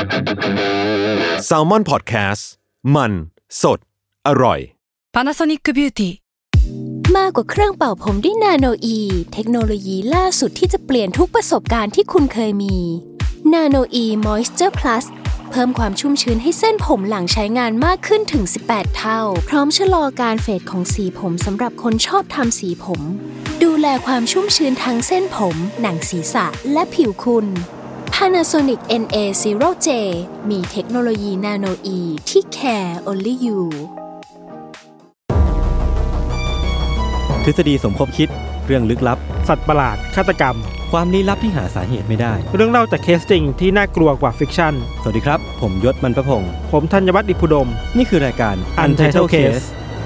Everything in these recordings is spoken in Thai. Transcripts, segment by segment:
Salmon Podcast มันสดอร่อย Panasonic Beauty มากกว่าเครื่องเป่าผมด้วยนาโนอีเทคโนโลยีล่าสุดที่จะเปลี่ยนทุกประสบการณ์ที่คุณเคยมีนาโนอีมอยส์เจอร์พลัสเพิ่มความชุ่มชื้นให้เส้นผมหลังใช้งานมากขึ้นถึง18เท่าพร้อมชะลอการเฟดของสีผมสำหรับคนชอบทำสีผมดูแลความชุ่มชื้นทั้งเส้นผมหนังศีรษะและผิวคุณ Panasonic NA0J มีเทคโนโลยีนาโนอีที่ care only you ทฤษฎีสมคบคิดเรื่องลึกลับสัตว์ประหลาดฆาตกรรมความลี้ลับที่หาสาเหตุไม่ได้เรื่องเล่าจากเคสจริงที่น่ากลัวกว่าฟิกชั่นสวัสดีครับผมยศมันประพงษ์ผมธัญวัฒน์อิพุดมนี่คือรายการ Untitled Case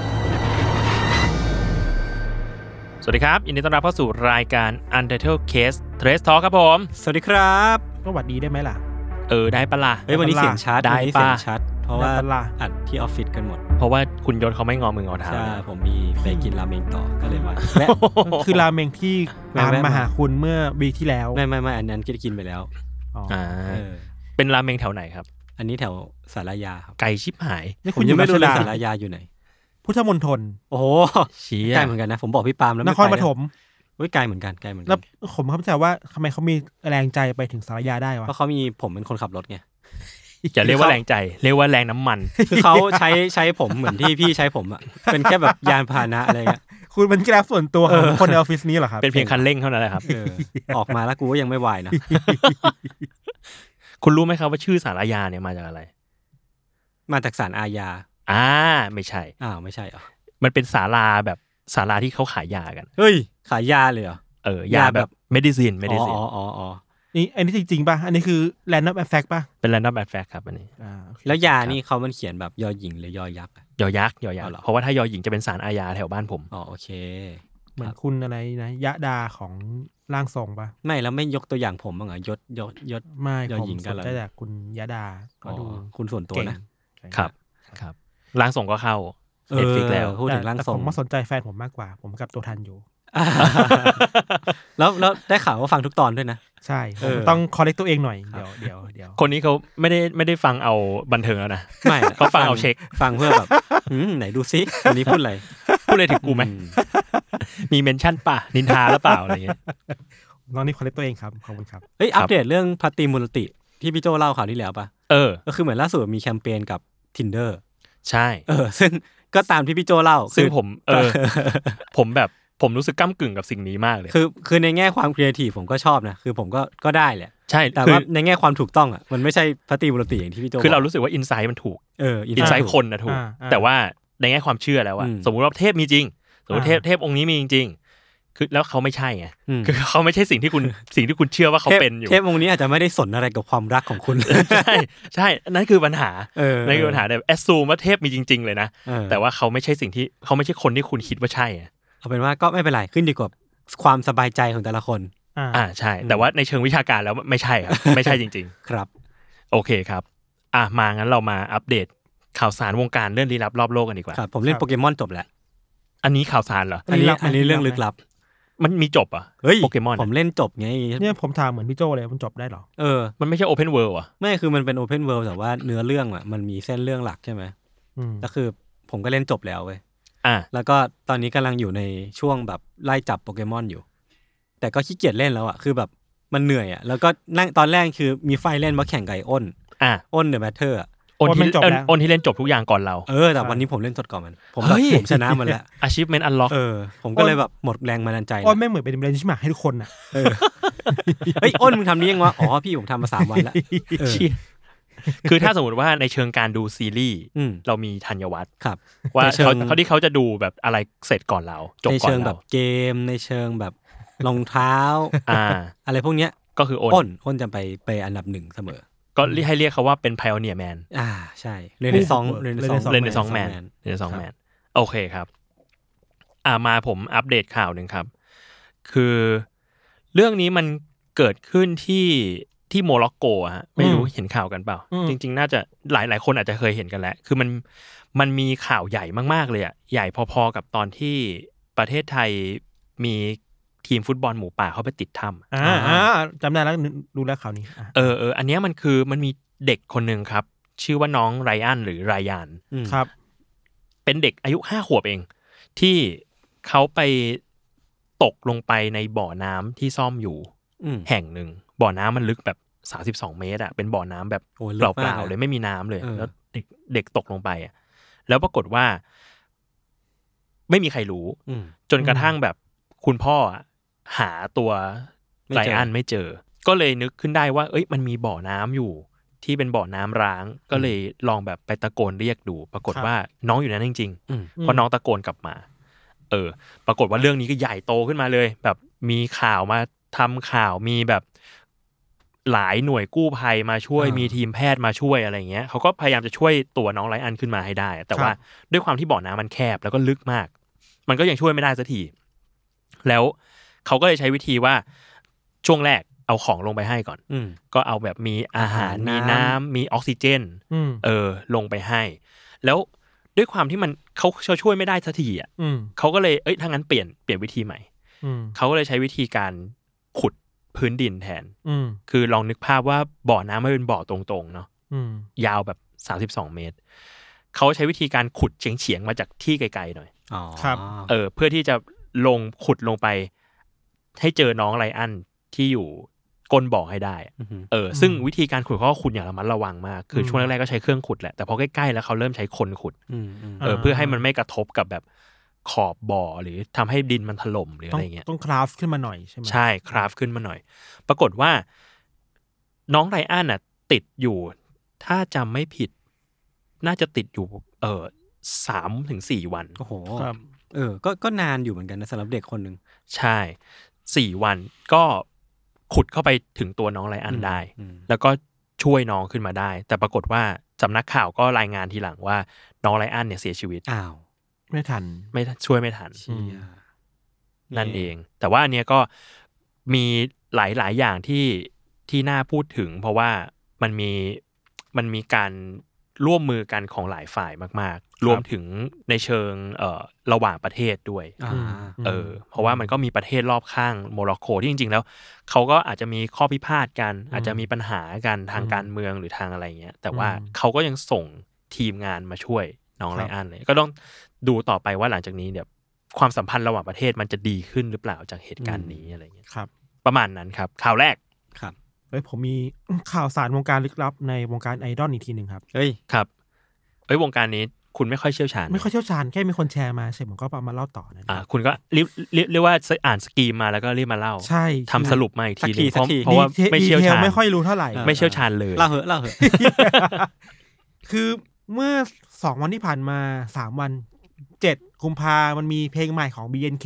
สวัสดีครับยินดีต้อนรับเข้าสู่รายการ Untitled Case Trace Talk ครับผมสวัสดีครับก็หวัดดีได้ไหมล่ะได้ปะล่ะวันนี้เสียงชัดได้ปะเพราะว่าอัดที่ออฟฟิศกันหมดเพราะว่าคุณยศเขาไม่งอมืองอเท้าใช่ผมมีไปกินราเมงต่อก็เลยมาคือราเมงที่ตามมาหาคุณเมื่อวีคที่แล้วไม่อันนั้นกินไปแล้วเป็นราเมงแถวไหนครับอันนี้แถวสารยาครับไกลชิบหายผมยังไม่รู้เลยสารยาอยู่ไหนพุทธมณฑลโอ้โหใกล้เหมือนกันนะผมบอกพี่ปาล์มแล้วนครปฐมไกลเหมือนกันแล้วผมเข้าใจว่าทำไมเขามีแรงใจไปถึงสารยาได้วะเพราะเขามีผมเป็นคนขับรถไงอย่าเรียกว่าแรงใจเรียกว่าแรงน้ำมันคือเขาใช้ผมเหมือนที่พี่ใช้ผมอ่ะเป็นแค่แบบยานพาหนะอะไรเงี้ยคุณเป็นแกร็บส่วนตัวของคนในออฟฟิศนี้เหรอครับเป็นเพียงคันเร่งเท่านั้นแหละครับออกมาแล้วกูก็ยังไม่ไหวนะคุณรู้ไหมครับว่าชื่อศาลายาเนี่ยมาจากอะไรมาจากศาลอาญาไม่ใช่ไม่ใช่เหรอมันเป็นศาลาแบบศาลาที่เขาขายยากันเฮ้ยขายยาเลยเหรอยาแบบเมดิซินนี่อันนี้จริงๆป่ะอันนี้คือ random fact ป่ะเป็น random fact ครับอันนี้แล้วยานี่เขามันเขียนแบบยอหญิงหรือยอยักษ์ยอยักษ์เพราะว่าถ้ายอหญิงจะเป็นศาลอาญาแถวบ้านผมโอเคเหมือนคุณอะไรนะยะดาของร่างทรงป่ะไม่แล้วไม่ยกตัวอย่างผมบ้างเหรอยศไม่ผมสนใจแต่คุณยะดาก็ดูคุณส่วนตัวนะครับร่างทรงก็เข้าเน็ตฟลิกแล้วพูดถึงร่างทรงผมมาสนใจแฟนผมมากกว่าผมกับตัวทันอยู่แล้วได้ข่าวว่าฟังทุกตอนด้วยนะใช่ผมต้องคอลเลกตัวเองหน่อยเดี๋ยวคนนี้เขาไม่ได้ฟังเอาบันเทิงแล้วนะไม่เขาฟังเอาเช็คฟังเพื่อแบบไหนดูซิวันนี้พูดอะไรถึงกูไหมมีเมนชั่นป่ะนินทาหรือเปล่าอะไรเงี้ยน้องนี่คอลเลกตัวเองครับขอบคุณครับอัปเดตเรื่องพาติมูลติที่พี่โจเล่าข่าวที่แล้วป่ะก็คือเหมือนล่าสุดมีแคมเปญกับ Tinder ใช่ซึ่งก็ตามที่พี่โจเล่าซึ่งผมแบบผมรู้สึกก้ำกึ่งกับสิ่งนี้มากเลยคือในแง่ความครีเอทีฟผมก็ชอบนะคือผมก็ได้แหละใช่แต่ว่าในแง่ความถูกต้องอ่ะมันไม่ใช่พาติมูลติอย่างที่พี่โจคือเรารู้สึกว่าอินไซต์มันถูกอินไซต์คนนะถูกแต่ว่าในแง่ความเชื่อแล้วอะสมมุติว่าเทพมีจริงสมมติเทพองค์นี้มีจริงคือแล้วเขาไม่ใช่ไงคือเขาไม่ใช่สิ่งที่คุณเชื่อว่าเขาเป็นอยู่เทพองค์นี้อาจจะไม่ได้สนอะไรกับความรักของคุณใช่นั่นคือปัญหานั่นคือปัญหาแบบแอสซูมว่าเทพมีจริงๆเลยนะแต่ว่าเขาไม่ใช่สิ่งที่เขาไม่ใช่คนที่คุณคิดว่าใช่เอาเป็นว่าก็ไม่เป็นไรขึ้นอยู่กับความสบายใจของแต่ละคนใช่แต่ว่าในเชิงวิชาการแล้วไม่ใช่ครับไม่ใช่จริงๆครับโอเคครับมางั้นเรามาอัปเดตข่าวสารวงการเรื่องลี้ลับรอบโลกกันดีกว่าครับผมเล่นโปเกมอนจบแล้วอันนี้ข่าวสารเหรออันนี้เรื่องลึกลับมันมีจบโปเกมอนผมเล่นจบไงเนี่ยผมถามเหมือนพี่โจเลยมันจบได้หรอมันไม่ใช่โอเพนเวิลด์ไม่คือมันเป็นโอเพนเวิลด์แต่ว่าเนื้อเรื่องมันมีเส้นเรื่องหลักใช่ไหมก็คือผมก็เล่นจบแล้วเว้ยแล้วก็ตอนนี้กำลังอยู่ในช่วงแบบไล่จับโปเกมอนอยู่แต่ก็ขี้เกียจเล่นแล้วคือแบบมันเหนื่อยแล้วก็ตอนแรกคือมีไฟเล่นมาแข่งไก่อ้นเดอะแมทเทอร์อ้นที่เล่นจบทุกอย่างก่อนเราแต่วันนี้ผมเล่นจดก่อนมันผมชนะมันแล้ว achievement unlock ผมก็เลยแบบหมดแรงบันดาลใจอ้นไม่เหมือนเป็นเบรนช์มาร์คให้ทุกคนน่ะเฮ้ยอ้นมึงทำนี้ยังวะพี่ผมทำมา3 วันแล้วคือถ้าสมมติว่าในเชิงการดูซีรีส์เรามีธัญวัฒน์ว่าเขาจะดูแบบอะไรเสร็จก่อนเราจบก่อนเราในเชิงแบบเกมในเชิงแบบรองเท้าอะไรพวกเนี้ยก็คืออ้นจะไปอันดับ1เสมอก็ให้เรียกเขาว่าเป็น Pioneer Man ใช่เรเนซองส์แมนโอเคครับมาผมอัปเดตข่าวหนึ่งครับคือเรื่องนี้มันเกิดขึ้นที่โมร็อกโกฮะไม่รู้เห็นข่าวกันเปล่าจริงๆน่าจะหลายคนอาจจะเคยเห็นกันแล้วคือมันมีข่าวใหญ่มากๆเลยใหญ่พอๆกับตอนที่ประเทศไทยมีทีมฟุตบอลหมูป่าเข้าไปติดถ้ำจำได้แล้วดูแล้วข่าวนี้อันนี้มันคือมันมีเด็กคนนึงครับชื่อว่าน้องไรอันหรือไรยานครับเป็นเด็กอายุ5 ขวบเองที่เขาไปตกลงไปในบ่อน้ำที่ซ่อมอยู่แห่งหนึ่งบ่อน้ำมันลึกแบบ32 เมตรอ่ะเป็นบ่อน้ำแบบเปล่าๆเลยไม่มีน้ำเลยแล้วเด็กตกลงไปอ่ะแล้วปรากฏว่าไม่มีใครรู้จนกระทั่งแบบคุณพ่อหาตัวไรอันไม่เจอก็เลยนึกขึ้นได้ว่าเอ้ยมันมีบ่อน้ำอยู่ที่เป็นบ่อน้ำร้างก็เลยลองแบบไปตะโกนเรียกดูปรากฏว่าน้องอยู่นั้นจริงๆพอน้องตะโกนกลับมาปรากฏว่าเรื่องนี้ก็ใหญ่โตขึ้นมาเลยแบบมีข่าวมาทำข่าวมีแบบหลายหน่วยกู้ภัยมาช่วยมีทีมแพทย์มาช่วยอะไรเงี้ยเขาก็พยายามจะช่วยตัวน้องไรอันขึ้นมาให้ได้แต่ว่าด้วยความที่บ่อน้ำมันแคบแล้วก็ลึกมากมันก็ยังช่วยไม่ได้สักทีแล้วเขาก็เลยใช้วิธีว่าช่วงแรกเอาของลงไปให้ก่อนก็เอาแบบมีอาหารมีน้ำมีออกซิเจนลงไปให้แล้วด้วยความที่มันเขาช่วยไม่ได้สักทีอ่ะเขาก็เลยถ้างั้นเปลี่ยนวิธีใหม่เขาก็เลยใช้วิธีการขุดพื้นดินแทนคือลองนึกภาพว่าบ่อน้ำไม่เป็นบ่อตรงๆเนาะยาวแบบ32 เมตรเขาใช้วิธีการขุดเฉียงๆมาจากที่ไกลๆหน่อยครับเพื่อที่จะขุดลงไปให้เจอน้องไรอันที่อยู่ก้นบ่อให้ได้ซึ่งวิธีการขุดเขาก็ขุดอย่างระมัดระวังมากคือช่วงแรกๆก็ใช้เครื่องขุดแหละแต่พอใกล้ๆแล้วเขาเริ่มใช้คนขุดเพื่อให้มันไม่กระทบกับแบบขอบบ่อหรือทำให้ดินมันถล่มหรืออะไรเงี้ยต้องคราฟขึ้นมาหน่อยใช่ไหมใช่คราฟขึ้นมาหน่อยปรากฏว่าน้องไรอันติดอยู่ถ้าจำไม่ผิดน่าจะติดอยู่3-4 วันโอ้โหก็นานอยู่เหมือนกันนะสำหรับเด็กคนนึงใช่4 วันก็ขุดเข้าไปถึงตัวน้องไรอันได้แล้วก็ช่วยน้องขึ้นมาได้แต่ปรากฏว่าสำนักข่าวก็รายงานทีหลังว่าน้องไรอันเนี่ยเสียชีวิตอ้าวไม่ทันช่วยไม่ทันนั่นเองแต่ว่าอันเนี้ยก็มีหลายอย่างที่น่าพูดถึงเพราะว่ามันมีการร่วมมือกันของหลายฝ่ายมากๆรวมถึงในเชิงระหว่างประเทศด้วยเพราะว่ามันก็มีประเทศรอบข้างโมร็อกโกที่จริงๆแล้วเขาก็อาจจะมีข้อพิพาทกันอาจจะมีปัญหากันทางการเมืองหรือทางอะไรเงี้ยแต่ว่าเขาก็ยังส่งทีมงานมาช่วยน้องไรอันเลยก็ต้องดูต่อไปว่าหลังจากนี้เนี่ยความสัมพันธ์ระหว่างประเทศมันจะดีขึ้นหรือเปล่าจากเหตุการณ์นี้อะไรเงี้ยครับประมาณนั้นครับข่าวแรกครับผมมีข่าวสารวงการลึกลับในวงการไอดอลอีกทีนึงครับครับวงการนี้คุณไม่ค่อยเชี่ยวชาญแค่มีคนแชร์มาเสร็จผมก็มาเล่าต่อนะคุณก็เรียกว่าอ่านสกีมมาแล้วก็รีบมาเล่าใช่ทำสรุปมาอีกทีนึงเพราะว่าไม่เชี่ยวชาญไม่ค่อยรู้เท่าไหร่ไม่เชี่ยวชาญเลยเล่าเหอะคือเมื่อ2 วันที่ผ่านมา3 วัน7 กุมภามันมีเพลงใหม่ของ BNK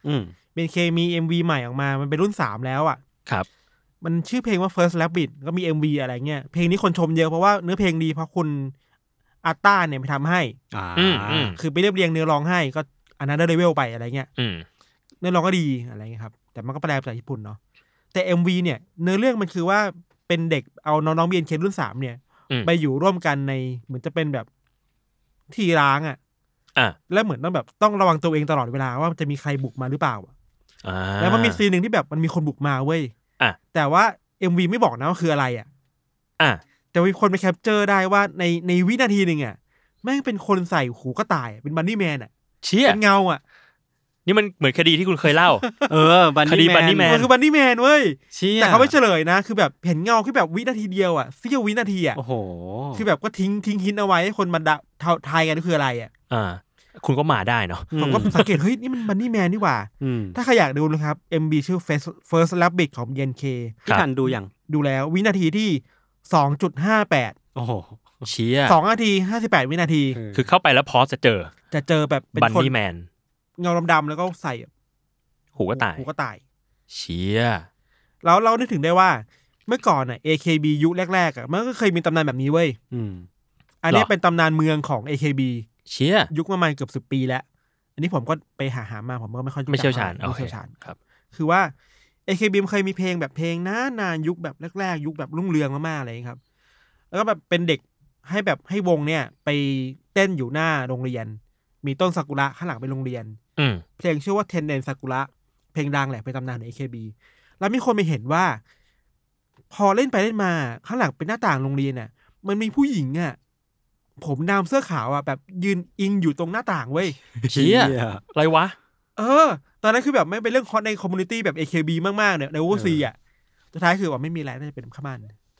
BNK มี MV ใหม่ออกมามันเป็นรุ่น3แล้วอ่ะครับมันชื่อเพลงว่า First Rabbit ก็มี MV อะไรเงี้ยเพลงนี้คนชมเยอะเพราะว่าเนื้อเพลงดีเพราะคุณอาต้าเนี่ยไปทำให้คือไปเรียบเรียงเนื้อร้องให้ก็อันนั้นได้เลเวลไปอะไรเงี้ยเนื้อร้องก็ดีอะไรเงี้ยครับแต่มันก็แปลมาจากญี่ปุ่นเนาะแต่ MV เนี่ยเนื้อเรื่องมันคือว่าเป็นเด็กเอาน้องๆ BNK รุ่น3เนี่ยไปอยู่ร่วมกันในเหมือนจะเป็นแบบที่ร้างแล้วเหมือนต้องระวังตัวเองตลอดเวลาว่าจะมีใครบุกมาหรือเปล่าแล้วมันมีซีนหนึ่งที่แบบมันมีคนบุกมาเว้ยแต่ว่า MV ไม่บอกนะว่าคืออะไรแต่มีคนไปแคปเจอร์ได้ว่าในวินาทีนึงแม่งเป็นคนใส่หูกระต่ายเป็นบันนี่แมนเชี่ยเป็นเงานี่มันเหมือนคดีที่คุณเคยเล่าคดีบันนี่แมนมันคือบันนี่แมนเว้ยแต่เขาไม่เฉลยนะคือแบบเห็นเงาแค่แบบวินาทีเดียวเสี้ยววินาทีโอ้โหคือแบบก็ทิ้งหินเอาไว้ให้คนมาทายกันคืออะไรคุณก็มาได้เนาะผมก็สังเกตเฮ้ยนี่มันบันนี่แมนนี่หว่าถ้าใครอยากดูนะครับ MV ชื่อ First Rabbit ของ BNK ที่ทันดูยังดูแล้ววินาทีที่ 2.58 โอ้โหเชี่ย 2 นาที 58 วินาทีคือเข้าไปแล้วพอจะเจอแบบเป็นบันนี่แมนเงาดำๆแล้วก็ใส่หูกระต่ายเชี่ยแล้วเรานึกถึงได้ว่าเมื่อก่อนAKB ยุคแรกๆมันก็เคยมีตำนานแบบนี้เว้ยอันนี้เป็นตำนานเมืองของ AKB เชี่ยยุคประมาณเกือบ10 ปีแล้วอันนี้ผมก็ไปหามาผมก็ไม่ค่อยไม่เชี่ยวชาญครับคือว่า AKB เคยมีเพลงแบบเพลงนานยุคแบบแรกๆยุคแบบรุ่งเรืองมากๆอะไรครับแล้วก็แบบเป็นเด็กให้วงเนี่ยไปเต้นอยู่หน้าโรงเรียนมีต้นซากุระข้างหลังเป็นโรงเรียนเพลงชื่อว่าเทนเดนซากุระเพลงดังแหละเป็นตำนานใน AKB แล้วมีคนไปเห็นว่าพอเล่นไปเล่นมาข้างหลังเป็นหน้าต่างโรงเรียนมันมีผู้หญิงอ่ะผมดำเสื้อขาวอ่ะแบบยืนอิงอยู่ตรงหน้าต่างเว้ยเชี่ยอะไรวะตอนนั้นคือแบบไม่เป็นเรื่องฮอตในคอมมูนิตี้แบบ AKB มากๆเนี่ยในโอซีอ่ะสุดท้ายคือว่าไม่มีอะไรน่าจะเป็นข้ามัน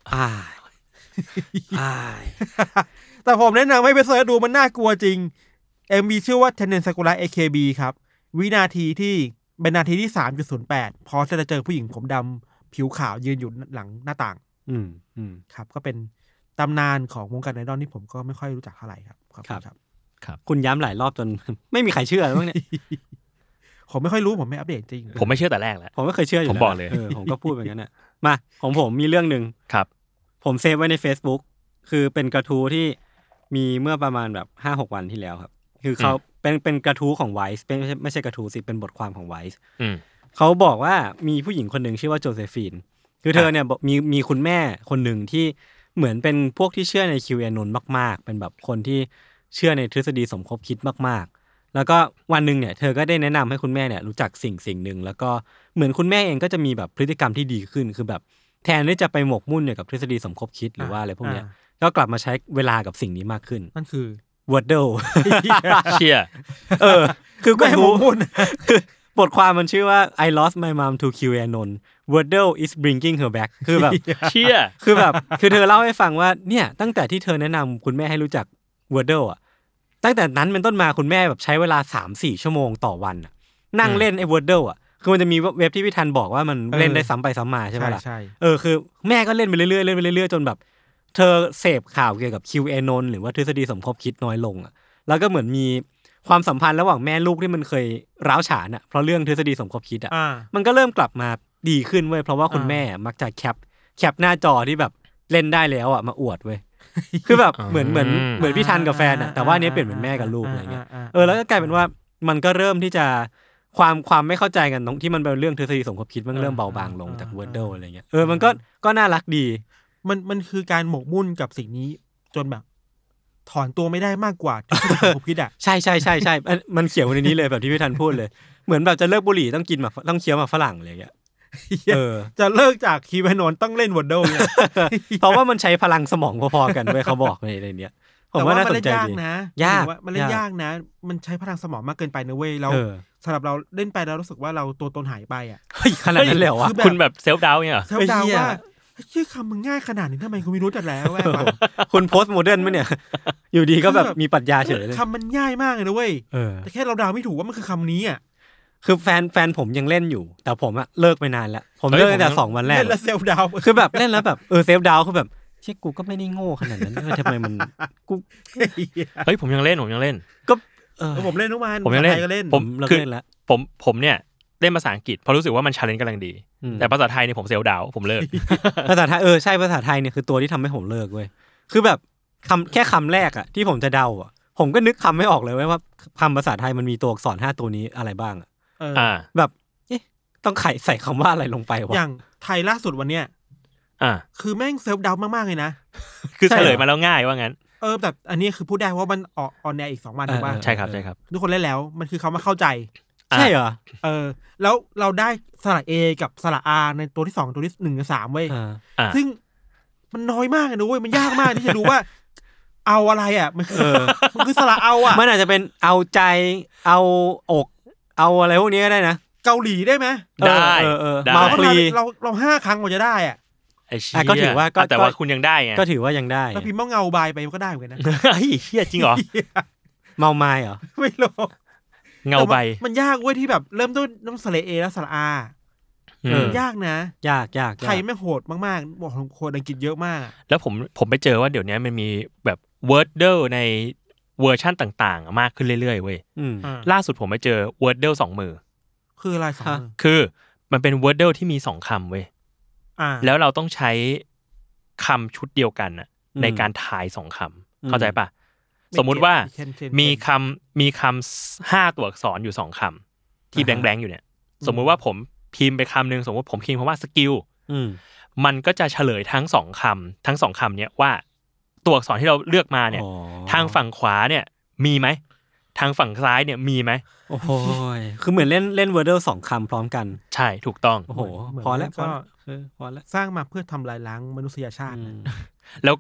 แต่ผมแนะนำให้ไปเสิร์ชดูมันน่ากลัวจริง MV ชื่อว่า Tenen Sakura AKB ครับวินาทีที่เป็นนาทีที่ 3.08 พอจะเจอผู้หญิงผมดำผิวขาวยืนอยู่หลังหน้าต่างครับก็เป็นตำนานของวงการไอดอลที่ผมก็ไม่ค่อยรู้จักเท่าไหร่ครับครับคุณย้ำหลายรอบจน ไม่มีใครเชื่อแล้วเนี่ยผมไม่ค่อยรู้ผมไม่อัปเดตจริงผมไม่เชื่อแต่แรกแล้วผมไม่เคยเชื่ออยู่ผมบอกเลยผมก็พูดแบบนั้นน่ะมาของผมมีเรื่องนึงครับผมเซฟไว้ใน Facebook คือเป็นกระทู้ที่มีเมื่อประมาณแบบ 5-6 วันที่แล้วครับคือเขาเป็นกระทู้ของ Vice ไม่ใช่กระทู้สิเป็นบทความของ Vice เขาบอกว่ามีผู้หญิงคนนึงชื่อว่าโจเซฟีนคือเธอเนี่ยมีคุณแม่คนนึงที่เหมือนเป็นพวกที่เชื่อใน QAnon มากๆเป็นแบบคนที่เชื่อในทฤษฎีสมคบคิดมากๆแล้วก็วันนึงเนี่ยเธอก็ได้แนะนำให้คุณแม่เนี่ยรู้จักสิ่งนึงแล้วก็เหมือนคุณแม่เองก็จะมีแบบพฤติกรรมที่ดีขึ้นคือแบบแทนที่จะไปหมกมุ่นอยู่กับทฤษฎีสมคบคิดหรือว่าอะไรพวกเนี้ยก็กลับมาใช้เวลากับสิ่งนี้มากขึ้นนั่นคือ Wordle เชี่ยคือไม่หมกมุ่นคือบทความมันชื่อว่า I lost my mom to QAnon Wordle is bringing her back คือแบบเชี่ยคือแบบคือเธอเล่าให้ฟังว่าเนี่ยตั้งแต่ที่เธอแนะนำคุณแม่ให้รู้จัก Wordle อ่ะตั้งแต่นั้นเป็นต้นมาคุณแม่แบบใช้เวลา 3-4 ชั่วโมงต่อวันน่ะนั่งเล่นไอ้ Wordle อ่ะคือมันจะมีเว็บที่พี่ทันบอกว่ามันเล่นได้ซ้ำไปซ้ำมาใช่ป่ะล่ะคือแม่ก็เล่นไปเรื่อยๆเล่นไปเรื่อยๆจนแบบเธอเสพข่าวเกี่ยวกับ QAnon หรือว่าทฤษฎีสมคบคิดน้อยลงอ่ะแล้วก็เหมือนมีความสัมพันธ์ระหว่างแม่ลูกที่มันเคยร้าวฉานอ่ะเพราะเรื่องทฤษฎีสมคบคิดอ่ะมันก็เริ่มกลับมาดีขึ้นเว้ยเพราะว่าคุณแม่มักจะแคปหน้าจอที่แบบเล่นได้แล้วอ่ะมาอวดเว้ยคือแบบเหมือนพี่ทันกับแฟนอ่ะแต่ว่าอันนี้เปลี่ยนเป็นแม่กับลูกอะไรเงี้ยแล้วก็กลายเป็นว่ามันก็เริ่มที่จะความไม่เข้าใจกันตรงที่มันเป็นเรื่องทฤษฎีสมคบคิดมันเริ่มเบาบางลงจาก Wordle อะไรเงี้ยมันก็น่ารักดีมันคือการหมกมุ่นกับสิ่งนี้จนแบบถอนตัวไม่ได้มากกว่าที่ผมคิดอ่ะใช่มันเขียนในนี้เลยแบบที่พี่ทันพูดเลยเหมือนแบบจะเลิกบุหรี่ต้องกินต้องเคี้ยวหมากฝรั่งอะไรอย่างเงี้ยจะเลิกจากคีแวนอนต้องเล่นWordleเนี่ยเพราะว่ามันใช้พลังสมองพอๆกันเว้ยเขาบอกในเนี้ยผมว่าน่าสนใจดียากมันเล่นยากนะมันใช้พลังสมองมากเกินไปนะเว้ยเราสำหรับเราเล่นไปแล้วรู้สึกว่าเราตัวตนหายไปอ่ะเฮ้ยขนาดนั้นเลยเหรอคุณแบบเซลฟ์ดาวน์เนี่ยเซลฟ์ดาวน์ว่าชื่อคำมึงง่ายขนาดนี้ทำไมคุณไม่รู้จักแล้ววะคุณโพสต์โมเดิร์นมั้ยเนี่ยอยู่ดีก็แบบมีปรัชญาเฉยเลยคำมันง่ายมากเลยนะเว้ยแต่แค่เราเดาไม่ถูกว่ามันคือคำนี้อ่ะคือแฟนผมยังเล่นอยู่แต่ผมอะเลิกไปนานแล้วผมเลิกตั้งแต่2วันแรกเล่นแล้วเซลฟ์ดาวน์คือแบบเล่นแล้วแบบเซลฟ์ดาวน์คือแบบเชี่ยกูก็ไม่ได้โง่ขนาดนั้นทำไมมันกูเฮ้ยผมยังเล่นก็ผมเล่นทุกวันผมยังเล่นผมเล่นแล้วผมเนี่ยเล่นภาษาอังกฤษเพราะรู้สึกว่ามัน challenge กำลังดีแต่ภาษาไทยเนี่ยผมเซลฟ์ดาวน์ผมเลิกภาษาไทยใช่ภาษาไทยเนี่ยคือตัวที่ทำให้ผมเลิกเว้ยคือแบบแค่คำแรกอะที่ผมจะเดาอะผมก็นึกคำไม่ออกเลยว่าคำภาษาไทยมันมีตัวอักษร5ตัวนี้อะไรบ้างอะแบบต้องใส่คำว่าอะไรลงไปวะอย่างไทยล่าสุดวันเนี้ยคือแม่งเซลฟ์ดาวน์มากๆเลยนะคือเฉลยมาแล้วง่ายว่างั้นแต่อันนี้คือพูดได้ว่ามันออนแอร์อีก2วันถูกป่ะใช่ครับทุกคนเล่นแล้วมันคือเขามาเข้าใจใช่เหรอแล้วเราได้สระ A กับสระ R ในตัวที่2ตัวที่1กับ3เว้ยซึ่งมันน้อยมากเลยนะเว้ยมันยากมากที่จะรู้ว่าเอาอะไรอ่ะมันคือสระเอาอ่ะมันอาจจะเป็นเอาใจเอาอกเอาอะไรพวกนี้ก็ได้นะเกาหลีได้ไหมได้มาฟรีเรา5 ครั้งกว่าจะได้อ่ะก็ถือว่าแต่ว่าคุณยังได้ไงก็ถือว่ายังได้แล้วพิมพ์ว่าเงาบายไปก็ได้เหมือนกันนะเฮ้ยเหี้ยจริงเหรอเมาไม้เหรอไม่รู้เงาใบมันยากเว้ยที่แบบเริ่มต้นน้ำสระ A แล้วสระ R ยากนะยากไทยไม่โหดมากๆบอกโหดอังกฤษเยอะมากแล้วผมไปเจอว่าเดี๋ยวนี้มันมีแบบ Wordle ในเวอร์ชั่นต่างๆมากขึ้นเรื่อยๆเว้ยล่าสุดผมไปเจอ Wordle 2 มือคืออะไร2 มือคือมันเป็น Wordle ที่มี2 คำเว้ยแล้วเราต้องใช้คำชุดเดียวกันน่ะในการทาย2 คำเข้าใจป่ะสมมุติว่ามีคำ5 ตัวอักษรอยู่2 คำที่แบงค์อยู่เนี่ยสมมุติว่าผมพิมพ์ไปคำนึงสมมติผมพิมพ์คำว่าสกิลมันก็จะเฉลยทั้ง2 คำทั้ง2 คำเนี้ยว่าตัวอักษรที่เราเลือกมาเนี่ยทางฝั่งขวาเนี่ยมีไหมทางฝั่งซ้ายเนี่ยมีไหมโอ้โหคือเหมือนเล่น Wordle 2 คำพร้อมกันใช่ถูกต้องโอ้โหพอแล้วสร้างมาเพื่อทำลายล้างมนุษยชาติแล้วก็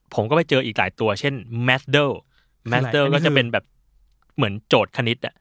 ผมก็ไปเจออีกหลายตัวเช่น Mathder ก็จะเป็นแบบเหมือนโจทย์คณิตอ่ะ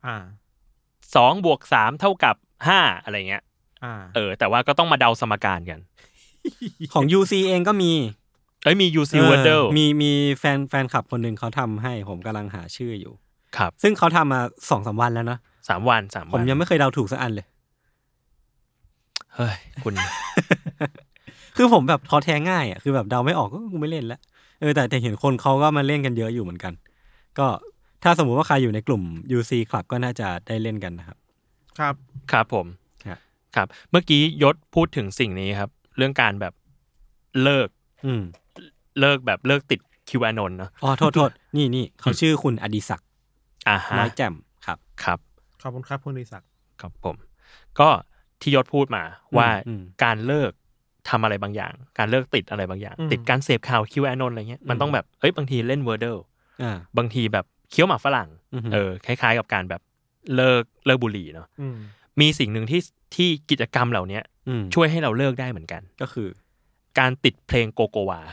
2 + 3 เท่ากับ5อะไรเงี้ยแต่ว่าก็ต้องมาเดาสมการกันของ UC เองก็มีมี UC Wordle มีแฟนคลับคนนึงเขาทำให้ผมกำลังหาชื่ออยู่ครับซึ่งเขาทำมา 2-3 วันแล้วเนาะ 3 วันผมยังไม่เคยเดาถูกสักอันเลยเฮ้ยคุณคือผมแบบท้อแท้ง่ายอ่ะคือแบบเดาไม่ออกก็กูไม่เล่นแล้วแต่เห็นคนเขาก็มาเล่นกันเยอะอยู่เหมือนกันก็ถ้าสมมุติว่าใครอยู่ในกลุ่ม UC Club ก็น่าจะได้เล่นกันนะครับครับผมครับเมื่อกี้ยศพูดถึงสิ่งนี้ครับเรื่องการแบบเลิกแบบเลิกติด QAnon เนาะโทษนี่เขาชื่อคุณอดิศักดิ์น้อยแจ่มครับขอบคุณครับคุณอดิศักดิ์ครับผมก็ที่ยศพูดมาว่าการเลิกทำอะไรบางอย่างการเลิกติดอะไรบางอย่างติดการเสพข่าว QAnon อะไรเงี้ยมันต้องแบบบางทีเล่น Wordle บางทีแบบเคี้ยวหมากฝรั่งคล้ายๆกับการแบบเลิกบุหรี่เนาะมีสิ่งหนึ่งที่กิจกรรมเหล่านี้ช่วยให้เราเลิกได้เหมือนกันก็คือการติดเพลงโกโกวา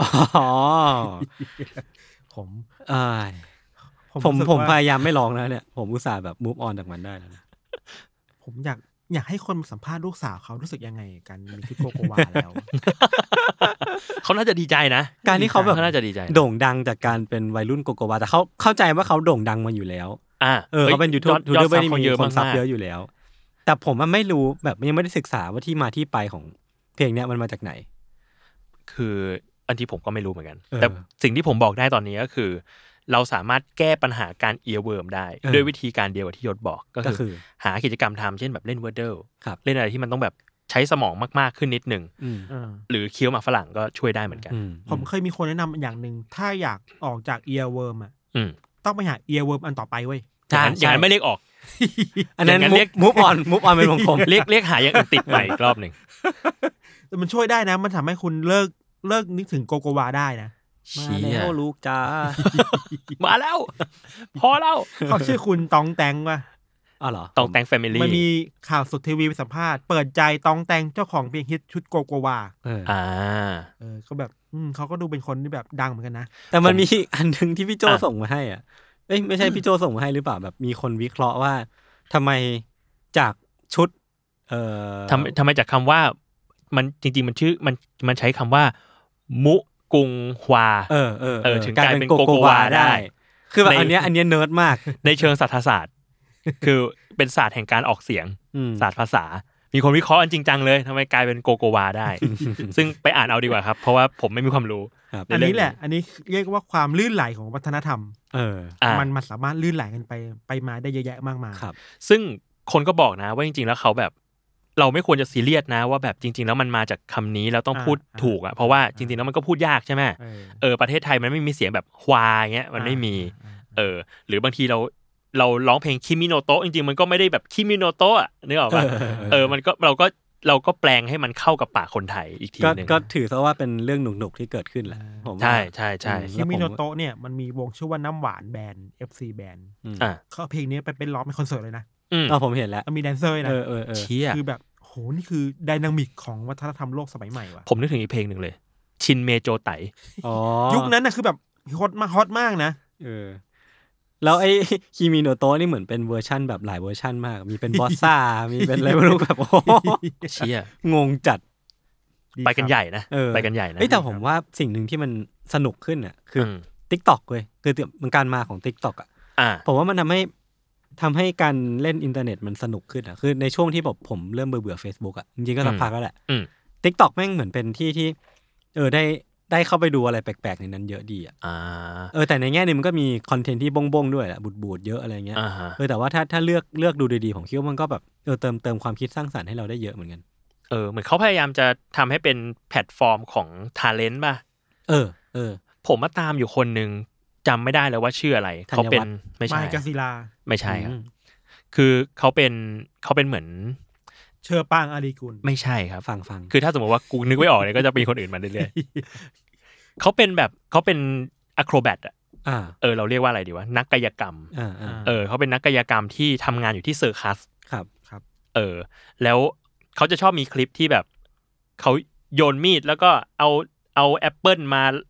ผมพยายามไม่ร้องแล้วเนี่ยผมอุตส่าห์แบบ move on จากมันได้แล้วนะผมอยากให้คนสัมภาษณ์ลูกสาวเขารู้สึกยังไงกันมีชุดโกโกวาแล้วเขาน่าจะดีใจนะการที่เขาแบบน่าจะดีใจโด่งดังจากการเป็นวัยรุ่นโกโกวาแต่เขาเข้าใจว่าเขาโด่งดังมาอยู่แล้วเขาเป็นยูทูบเบอร์ที่มีคนซับเยอะอยู่แล้วแต่ผมมันไม่รู้แบบยังไม่ได้ศึกษาว่าที่มาที่ไปของเพลงเนี้ยมันมาจากไหนคืออันที่ผมก็ไม่รู้เหมือนกันแต่สิ่งที่ผมบอกได้ตอนนี้ก็คือเราสามารถแก้ปัญหาการเอียร์เวิร์มได้ด้วยวิธีการเดียวกับที่ยศบอกก็คือหากิจกรรมทำเช่นแบบเล่น Wordle เล่นอะไรที่มันต้องแบบใช้สมองมากๆขึ้นนิดนึงหรือเคี้ยวหมากฝรั่งก็ช่วยได้เหมือนกันผมเคยมีคนแนะนำอย่างหนึ่งถ้าอยากออกจากเอียร์เวิร์มต้องไปหาเอียร์เวิร์มอันต่อไปเว้ยอย่างนั้นไม่เรียกออกอันนั้นเรียก move on เป็นวงกลมเรียกหาอย่างอื่นติดใหม่อีกรอบนึงแต่มันช่วยได้นะมันทำให้คุณเลิกนึกถึงโกโกวาได้นะมาแล้วลูกจ้ามาแล้วพอแล้วเขาชื่อคุณตองแตงป่ะเหรอตองแตงแฟมิลี่มันมีข่าวสดทีวีไปสัมภาษณ์เปิดใจตองแตงเจ้าของเพลงฮิตชุดโกโกวาก็แบบเขาก็ดูเป็นคนที่แบบดังเหมือนกันนะแต่มันมีอันนึงที่พี่โจส่งมาให้ไม่ใช่พี่โจส่งมาให้หรือเปล่าแบบมีคนวิเคราะห์ว่าทำไมจากชุดทำไมจากคำว่ามันจริงๆมันชื่อมันใช้คำว่ามุกุงฮวาถึงกลายเป็นโกโกวาได้คือแบบอันเนี้ยเนิร์ดมากในเชิงศาสตรศาสตร์คือเป็นศาสตร์แห่งการออกเสียงศาสตร์ภาษามีคนวิเคราะห์อันจริงจังเลยทำไมกลายเป็นโกโกวาได้ ซึ่งไปอ่านเอาดีกว่าครับเพราะว่าผมไม่มีความรู้อันนี้แหละอันนี้เรียกว่าความลื่นไหลของวัฒนธรรมมันสามารถลื่นไหลกันไปมาได้เยอะแยะมากมายซึ่งคนก็บอกนะว่าจริงๆแล้วเขาแบบเราไม่ควรจะซีเรียสนะว่าแบบจริงๆแล้วมันมาจากคำนี้แล้วต้องพูดถูกอ่ะเพราะว่าจริงๆแล้วมันก็พูดยากใช่ไหมประเทศไทยมันไม่มีเสียงแบบควาเงี้ยมันไม่มีหรือบางทีเราร้องเพลงคิมิโนโตะจริงๆมันก็ไม่ได้แบบคิมิโนโตะอ่ะนึกออกป่ะมันก็เราก็แปลงให้มันเข้ากับปากคนไทยอีกทีนึงก็ถือซะว่าเป็นเรื่องหนุกๆที่เกิดขึ้นแหละใช่ใช่ใช่คิมิโนโตะเนี่ยมันมีวงชื่อว่าน้ำหวานแบนด์ FC แบนด์เขาเพลงนี้ไปเป็นร้องเป็นคอนเสิร์ตเลยนะผมเห็นแล้วมีแดนเซอร์นะคือแบบโหนี่คือไดนามิกของวัฒนธรรมโลกสมัยใหม่ว่ะผมนึกถึงอีกเพลงหนึ่งเลยชินเมโจไตยุคนั้นนะคือแบบฮอตมากนะแล้วไอ้คิมิโนโตะนี่เหมือนเป็นเวอร์ชั่นแบบหลายเวอร์ชั่นมากมีเป็นบอสซ่ามีเป็นอะไรไม่รู้แบบโอ้เชี่ยงงจัดไปกันใหญ่นะไปกันใหญ่นะแต่ผมว่าสิ่งหนึ่งที่มันสนุกขึ้นอ่ะคือ TikTok เว้ยคือมันการมาของ TikTok อ่ะผมว่ามันทำให้การเล่นอินเทอร์เน็ตมันสนุกขึ้นอ่ะคือในช่วงที่แบบผมเริ่มเบื่อ Facebook อ่ะจริงๆก็สักพักแล้วแหละ TikTok แม่งเหมือนเป็นที่ได้เข้าไปดูอะไรแปลกๆในนั้นเยอะดีอ่ะแต่ในแง่นึงมันก็มีคอนเทนต์ที่บ้งๆด้วยแหละบูดๆเยอะอะไรเงี้ยแต่ว่าถ้าเลือกดูดีๆผมคิดว่ามันก็แบบเติมความคิดสร้างสรรค์ให้เราได้เยอะเหมือนกันเหมือนเขาพยายามจะทำให้เป็นแพลตฟอร์มของ talent ป่ะผมมาตามอยู่คนนึงจำไม่ได้แล้วว่าชื่ออะไรเขาเป็นไม่ใช่กาศิลาไม่ใช่ครับคือเขาเป็นเหมือนเชอปางอาลีกุลไม่ใช่ครับฟังคือถ้าสมมติว่ากูนึกไม่ออกเนี่ยก็จะมีคนอื่นมาเรื่อยๆเขาเป็นอะโครแบทอ่ะเราเรียกว่าอะไรดีวะนักกายกรรมเขาเป็นนักกายกรรมที่ทำงานอยู่ที่เซอร์คัสครับแล้วเขาจะชอบมีคลิปที่แบบเขาโยนมีดแล้วก็เอาแอปเปิลมารับ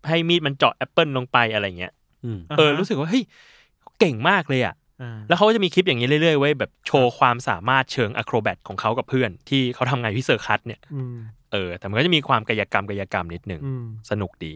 ให้มีดมันเจาะแอปเปิลลงไปอะไรเงี้ยรู้สึกว่าเฮ้ยเก่งมากเลยอ่ะแล้วเขาก็จะมีคลิปอย่างนี้เรื่อยๆไว้แบบโชว์ความสามารถเชิงอะโครแบทของเขากับเพื่อนที่เขาทำงานที่เซอร์คัสเนี่ยแต่มันก็จะมีความกายกรรมนิดนึงสนุกดี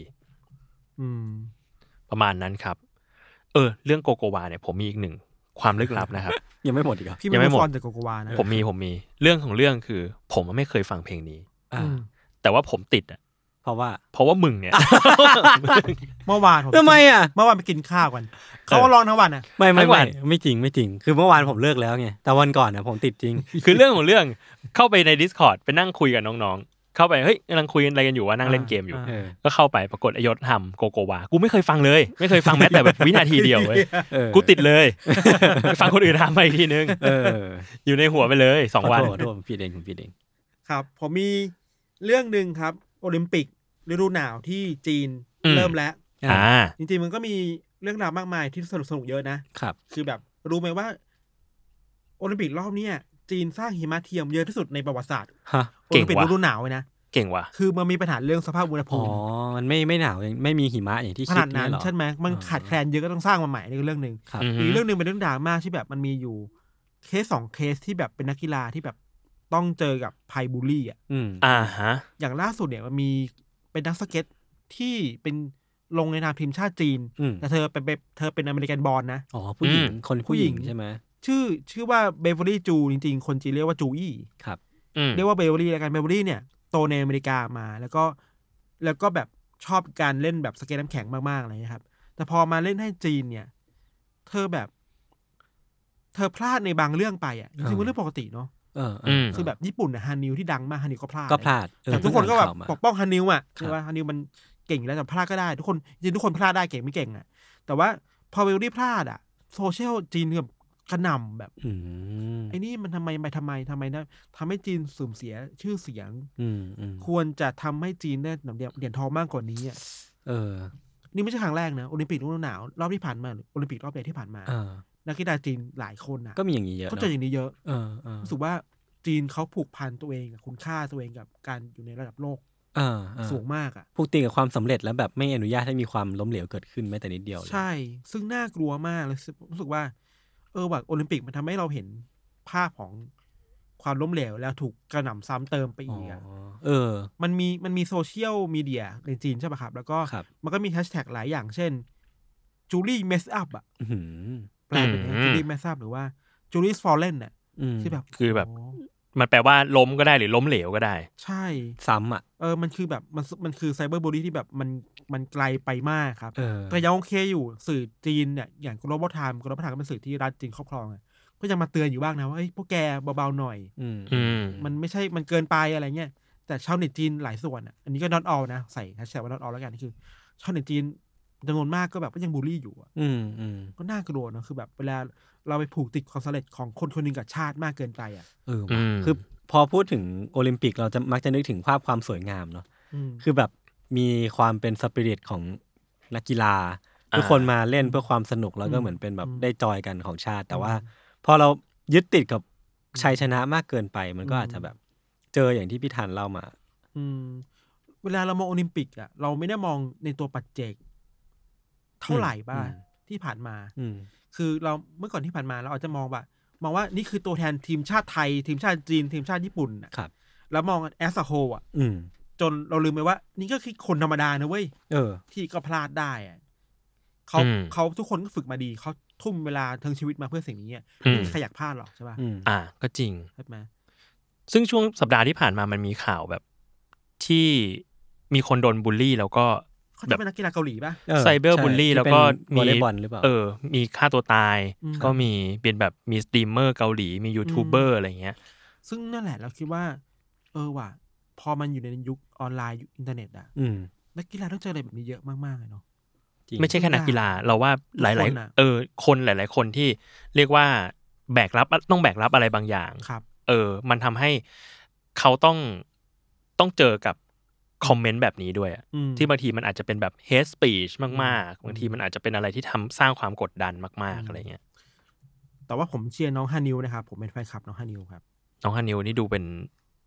ประมาณนั้นครับเรื่องโกโกวาเนี่ยผมมีอีกหนึ่งความลึกลับนะครับยังไม่หมดอีกเหรอยังไม่หมดจากโกโกวานะผมมีเรื่องของเรื่องคือผมไม่เคยฟังเพลงนี้แต่ว่าผมติดอ่ะเพราะว่ามึงเนี่ยเมื่อวานผมทำไมอ่ะเมื่อวานไปกินข้าวกันเขาก็ร้องทั้งวันอ่ะไม่จริงคือเมื่อวานผมเลิกแล้วไงแต่วันก่อนอ่ะผมติดจริงคือเรื่องของเรื่องเข้าไปใน Discord ไปนั่งคุยกับน้องๆเข้าไปเฮ้ยกำลังคุยอะไรกันอยู่ว่านั่งเล่นเกมอยู่ก็เข้าไปปรากฏอยศทำโกโกวากูไม่เคยฟังเลยไม่เคยฟังแม้แต่แบบวินาทีเดียวเว้ยกูติดเลยฟังคนอื่นทำมาอีกทีนึงอยู่ในหัวไปเลย2 วันโทษผมผิดเองครับผมมีเรื่องนึงครับโอลิมปิกฤดูหนาวที่จีนเริ่มแล้วจริงๆมันก็มีเรื่องราวมากมายที่สนุกเยอะนะครับคือแบบรู้ไหมว่าโอลิมปิกรอบนี้จีนสร้างหิมะเทียมเยอะที่สุดในประวัติศาสตร์โอลิมปิกฤดูหนาวเลยนะเก่งว่ะคือมันมีปัญหาเรื่องสภาพอุณหภูมิมันไม่หนาวไม่มีหิมะอย่างที่คิดนี่หรอใช่ไหมมันขาดแคลนเยอะก็ต้องสร้างมาใหม่นี่คือเรื่องนึงอีกเรื่องนึงเป็นเรื่องดราม่าที่แบบมันมีอยู่เคส2เคสที่แบบเป็นนักกีฬาที่แบบต้องเจอกับภัยบูลลี่อย่างล่าสุดเนี่ยมันมีเป็นนักสเก็ตที่เป็นลงในนามทีมชาติจีนแต่เธอเป็นอเมริกันบอลนะผู้หญิงคนผู้หญิงใช่ไหมชื่อว่าเบเวอรี่จูจริงๆคนจีนเรียกว่าจูอี้ครับเรียกว่าเบเวอรี่แล้วกันเบเวอรี่เนี่ยโตในอเมริกามาแล้วก็แบบชอบการเล่นแบบสเก็ตน้ำแข็งมากๆอะไรอย่างนี้ครับแต่พอมาเล่นให้จีนเนี่ยเธอพลาดในบางเรื่องไปจริงๆเป็นเรื่องปกติเนาะคือแบบญี่ปุ่นฮานิวที่ดังมากฮานิวก็พลาดแต่ทุกคนก็แบบปกป้องฮานิวใช่ป่ะฮานิวมันเก่งแล้วแต่พลาดก็ได้ทุกคนจริงทุกคนพลาดได้เก่งไม่เก่งแต่ว่าพอเบลลี่พลาดโซเชียลจีนแบบกระหน่ำแบบไอ้นี่มันทำไมนะทำให้จีนเสื่อมเสียชื่อเสียงควรจะทำให้จีนได้เหรียญทองมากกว่านี้นี่ไม่ใช่ครั้งแรกนะโอลิมปิกฤดูหนาวรอบที่ผ่านมาโอลิมปิกรอบใหญ่ที่ผ่านมานักกีฬาจีนหลายคนก็มีอย่างนี้เยอะก็เจออย่างนี้เยอะรู้สึกว่าจีนเขาผูกพันตัวเองกับคุณค่าตัวเองกับการอยู่ในระดับโลกสูงมากผูกติดกับความสำเร็จแล้วแบบไม่อนุญาตให้มีความล้มเหลวเกิดขึ้นแม้แต่นิดเดียวใช่ซึ่งน่ากลัวมากเลยรู้สึกว่าว่าโอลิมปิกมันทำให้เราเห็นภาพของความล้มเหลวแล้วถูกกระหน่ำซ้ำเติมไปอีกมันมีโซเชียลมีเดียในจีนใช่ป่ะครับแล้วก็มันก็มีแฮชแท็กหลายอย่างเช่นจูลี่เมสอัพแปลเป็นจูลี่เมสอัพหรือว่าจูลี่ฟอลเลนคือแบบมันแปลว่าล้มก็ได้หรือล้มเหลวก็ได้ใช่ซ้ำมันคือแบบมันคือไซเบอร์บูลลี่ที่แบบมันไกลไปมากครับแต่ยังโอเคอยู่สื่อจีนเนี่ยอย่าง Global Time ก็เป็นสื่อที่รัฐจีนครอบครองก็ยังมาเตือนอยู่บ้างนะว่าพวกแกเบาๆหน่อยมันไม่ใช่มันเกินไปอะไรเงี้ยแต่ชาวเน็ตจีนหลายส่วนอันนี้ก็ not all นะใส่แฮชแท็กว่า not all แล้วกันคือชาวเน็ตจีนจำนวนมากก็แบบก็ยังบูลลี่อยู่ก็น่ากลัวนะคือแบบเวลาเราไปผูกติดความสำเร็จของคนคนหนึ่งกับชาติมากเกินไปคือพอพูดถึงโอลิมปิกเราจะมักจะนึกถึงภาพความสวยงามเนาะคือแบบมีความเป็นสปิริตของนักกีฬาทุกคนมาเล่นเพื่อความสนุกแล้วก็เหมือนเป็นแบบได้จอยกันของชาติแต่ว่าพอเรายึดติดกับชัยชนะมากเกินไปมันก็อาจจะแบบเจออย่างที่พี่ธันเล่ามาเวลาเรามองโอลิมปิกเราไม่ได้มองในตัวปัจเจกเท่าไหร่บ้างที่ผ่านมาคือเราเมื่อก่อนที่ผ่านมาเราอาจจะมองว่านี่คือตัวแทนทีมชาติไทยทีมชาติจีนทีมชาติญี่ปุ่นแล้วมองแอสโฮจนเราลืมไปว่านี่ก็คือคนธรรมดานะเว้ยที่ก็พลาดได้เขาทุกคนก็ฝึกมาดีเขาทุ่มเวลาทั้งชีวิตมาเพื่อสิ่งนี้ไม่มีใครอยากพลาดหรอกใช่ป่ะก็จริงใช่ไหมซึ่งช่วงสัปดาห์ที่ผ่านมามันมีข่าวแบบที่มีคนโดนบูลลี่แล้วก็แบบเป็นนักกีฬาเกาหลีป่ะไซเบอร์บูลลี่แล้วก็มีบอลหรือเปล่ามีฆ่าตัวตายก็มีเป็นแบบมีสตรีมเมอร์เกาหลีมียูทูบเบอร์อะไรเงี้ยซึ่งนั่นแหละเราคิดว่าว่ะพอมันอยู่ในยุคออนไลน์ยุคอินเทอร์เน็ตนักกีฬาต้องเจออะไรแบบนี้เยอะมากๆเลยเนาะไม่ใช่แค่นักกีฬาเราว่าหลายๆคนหลายๆคนที่เรียกว่าต้องแบกรับอะไรบางอย่างมันทำให้เขาต้องเจอกับคอมเมนต์แบบนี้ด้วยที่บางทีมันอาจจะเป็นแบบ hate speech มากๆบางทีมันอาจจะเป็นอะไรที่สร้างความกดดันมากๆอะไรเงี้ยแต่ว่าผมเชียร์น้องฮานิวนะครับผมเป็นแฟนคลับน้องฮานิวครับน้องฮานิวนี่ดูเป็น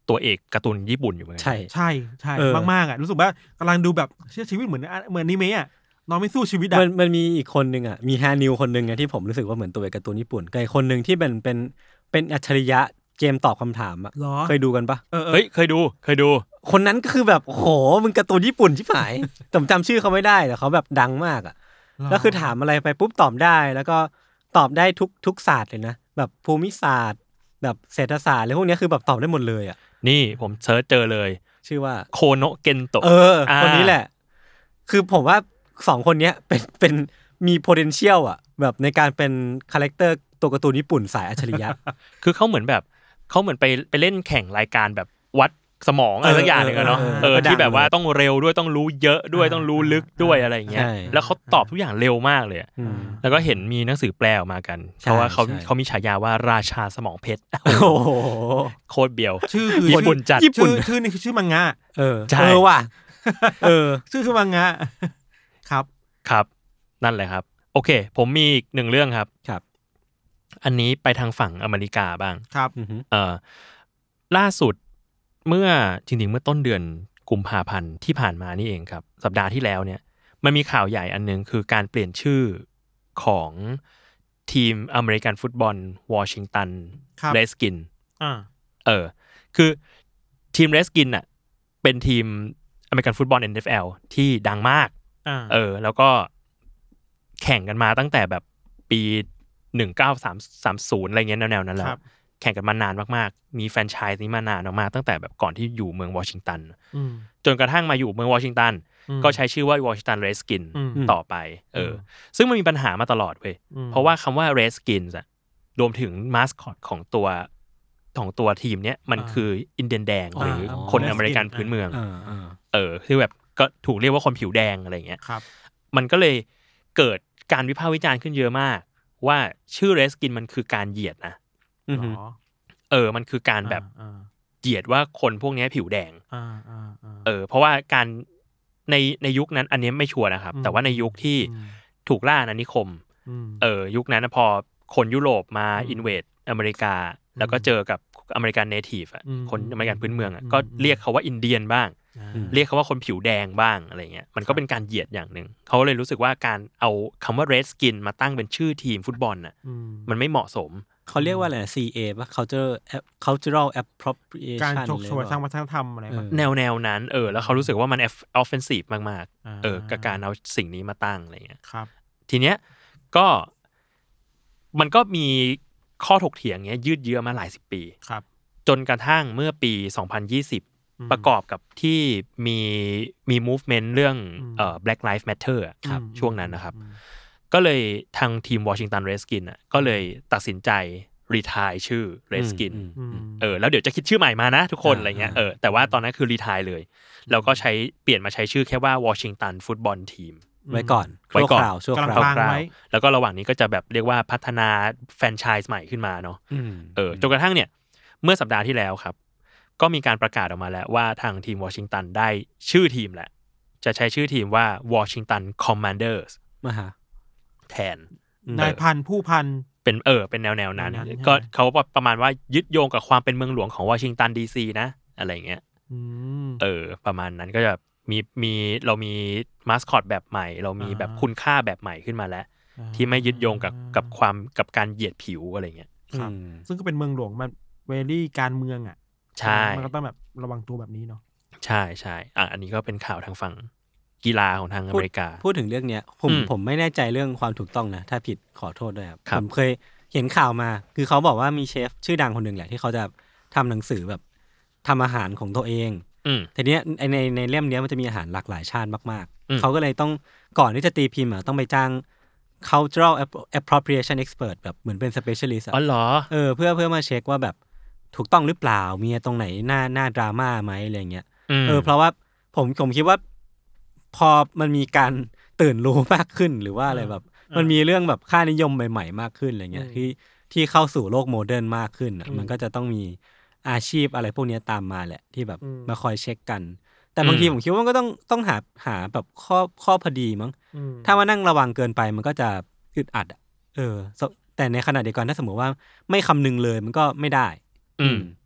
ตัวเอกการ์ตูนญี่ปุ่นอยู่เหมือนกันใช่ใช่มากๆอ่ะรู้สึกว่ากำลังดูแบบชีวิตเหมือนอนิเมะอ่ะน้องไม่สู้ชีวิตอ่ะมันมีอีกคนนึงอ่ะมีฮานิวคนนึงที่ผมรู้สึกว่าเหมือนตัวเอกการ์ตูนญี่ปุ่นกับอีกคนนึงที่เป็นอัจฉริยะเกมตอบคำถามอ่ะเคยดูกันปะเฮ้ยเคยดูคนนั้นก็คือแบบโหมึงการ์ตูนญี่ปุ่นชิบหายผมจำชื่อเขาไม่ได้แต่เขาแบบดังมากอ่ะแล้วคือถามอะไรไปปุ๊บตอบได้แล้วก็ตอบได้ทุกศาสตร์เลยนะแบบภูมิศาสตร์แบบเศรษฐศาสตร์อะไรพวกนี้คือแบบตอบได้หมดเลยอ่ะนี่ผมเซิร์ชเจอเลยชื่อว่าโคโนะเกนโตะคนนี้แหละคือผมว่า2คนนี้เป็นมี potential อ่ะแบบในการเป็นคาแรคเตอร์ตัวการ์ตูนญี่ปุ่นสายอัจฉริยะคือเขาเหมือนไปเล่นแข่งรายการแบบวัดสมองอะไรสักอย่างนึงเนาะที่แบบว่าต้องเร็วด้วยต้องรู้เยอะด้วยต้องรู้ลึกด้วยอะไรอย่างเงี้ยแล้วเขาตอบทุกอย่างเร็วมากเลยแล้วก็เห็นมีหนังสือแปลออกมากันเพราะว่าเขามีฉายาว่าราชาสมองเพชรโอ้โหโคตรเบียวชื่อคือญี่ปุ่นจัดชื่อนี่คือชื่อมังงะใช่ว่ะชื่อคือมังงะครับนั่นแหละครับโอเคผมมีอีก1เรื่องครับอันนี้ไปทางฝั่งอเมริกาบ้างครับล่าสุดเมื่อต้นเดือนกุมภาพันธ์ที่ผ่านมานี่เองครับสัปดาห์ที่แล้วเนี่ยมันมีข่าวใหญ่อันนึงคือการเปลี่ยนชื่อของทีมอเมริกันฟุตบอลวอชิงตันเรดสกินคือทีมเรดสกินน่ะเป็นทีมอเมริกันฟุตบอล NFL ที่ดังมากแล้วก็แข่งกันมาตั้งแต่แบบปี1930อะไรเงี้ยแนวๆนั้นแล้วแข่งกันมานานมากๆมีแฟรนไชส์นี้มานานมากๆตั้งแต่แบบก่อนที่อยู่เมืองวอชิงตันจนกระทั่งมาอยู่เมืองวอชิงตันก็ใช้ชื่อว่าวอชิงตันเรดสกินต่อไปซึ่งมันมีปัญหามาตลอดเว้ยเพราะว่าคำว่าเรดสกินส์อะรวมถึงมาสคอตของตัวทีมเนี้ยมันคืออินเดียนแดงหรือคนอเมริกันพื้นเมืองคือแบบก็ถูกเรียกว่าคนผิวแดงอะไรเงี้ยมันก็เลยเกิดการวิพากษ์วิจารณ์ขึ้นเยอะมากว่าชื่อเรดสกินมันคือการเหยียดนะมันคือการแบบเหยียดว่าคนพวกนี้ผิวแดงเพราะว่าการในยุคนั้นอันนี้ไม่ชัวร์นะครับแต่ว่าในยุคที่ถูกล่าอาณานิคมยุคนั้นพอคนยุโรปมาอินเวดอเมริกาแล้วก็เจอกับอเมริกันเนทีฟคนอเมริกันพื้นเมืองก็เรียกเขาว่าอินเดียนบ้างเรียกเขาว่าคนผิวแดงบ้างอะไรเงี้ยมันก็เป็นการเหยียดอย่างนึงเขาเลยรู้สึกว่าการเอาคำว่า Red Skin มาตั้งเป็นชื่อทีมฟุตบอลน่ะมันไม่เหมาะสมเขาเรียกว่าอะไร CA ป่ะ cultural appropriation การฉกฉวยทางวัฒนธรรมอะไรแนวนั้นแล้วเขารู้สึกว่ามัน offensive มากๆกับการเอาสิ่งนี้มาตั้งอะไรเงี้ยทีเนี้ยก็มันก็มีข้อถกเถียงเงี้ยยืดเยื้อมาหลายสิบปีจนกระทั่งเมื่อปี2020ประกอบกับที่มี movement เรื่องBlack Lives Matter ครับช่วงนั้นนะครับก็เลยทางทีม Washington Redskins ก็เลยตัดสินใจรีไทร์ชื่อ Redskins แล้วเดี๋ยวจะคิดชื่อใหม่มานะทุกคนอะไรเงี้ยแต่ว่าตอนนั้นคือรีไทร์เลยแล้วก็เปลี่ยนมาใช้ชื่อแค่ว่า Washington Football Team ไว้ก่อนชั่วคราวแล้วก็ระหว่างนี้ก็จะแบบเรียกว่าพัฒนาแฟรนไชส์ใหม่ขึ้นมาเนาะจนกระทั่งเนี่ยเมื่อสัปดาห์ที่แล้วครับก็มีการประกาศออกมาแล้วว่าทางทีมวอชิงตันได้ชื่อทีมแหละจะใช้ชื่อทีมว่า Washington Commanders แทนนายพันผู้พันเป็นแนวนั้นก็เขาประมาณว่ายึดโยงกับความเป็นเมืองหลวงของวอชิงตันดีซีนะอะไรเงี้ยประมาณนั้นก็จะเรามีมาสคอตแบบใหม่เรามีแบบคุณค่าแบบใหม่ขึ้นมาแล้วที่ไม่ยึดโยงกับการเหยียดผิวอะไรเงี้ยซึ่งก็เป็นเมืองหลวงมันเวลี่การเมืองอ่ะใช่มันก็ต้องแบบระวังตัวแบบนี้เนาะใช่อันนี้ก็เป็นข่าวทางฝั่งกีฬาของทางอเมริกาพูดถึงเรื่องเนี้ยผมไม่แน่ใจเรื่องความถูกต้องนะถ้าผิดขอโทษด้วยครับผมเคยเห็นข่าวมาคือเขาบอกว่ามีเชฟชื่อดังคนหนึ่งแหละที่เขาจะทำหนังสือแบบทำอาหารของตัวเองทีเนี้ยในเล่มนี้มันจะมีอาหารหลากหลายชาติมากๆเขาก็เลยต้องก่อนที่จะตีพิมพ์ต้องไปจ้าง cultural appropriation expert แบบเหมือนเป็น specialist อ๋อเหรอเพื่อมาเช็คว่าแบบถูกต้องหรือเปล่ามีตรงไหนหน้าดราม่าไหมอะไรเงี้ยเพราะว่าผมคิดว่าพอมันมีการตื่นรู้มากขึ้นหรือว่าอะไรแบบมันมีเรื่องแบบค่านิยมใหม่ๆมากขึ้นอะไรเงี้ยที่เข้าสู่โลกโมเดิร์นมากขึ้นมันก็จะต้องมีอาชีพอะไรพวกนี้ตามมาแหละที่แบบมาคอยเช็คกันแต่บางทีผมคิดว่ามันก็ต้องหาแบบข้อพอดีมั้งถ้ามานั่งระวังเกินไปมันก็จะอึดอัดแต่ในขณะเดียวกันถ้าสมมติว่าไม่คำนึงเลยมันก็ไม่ได้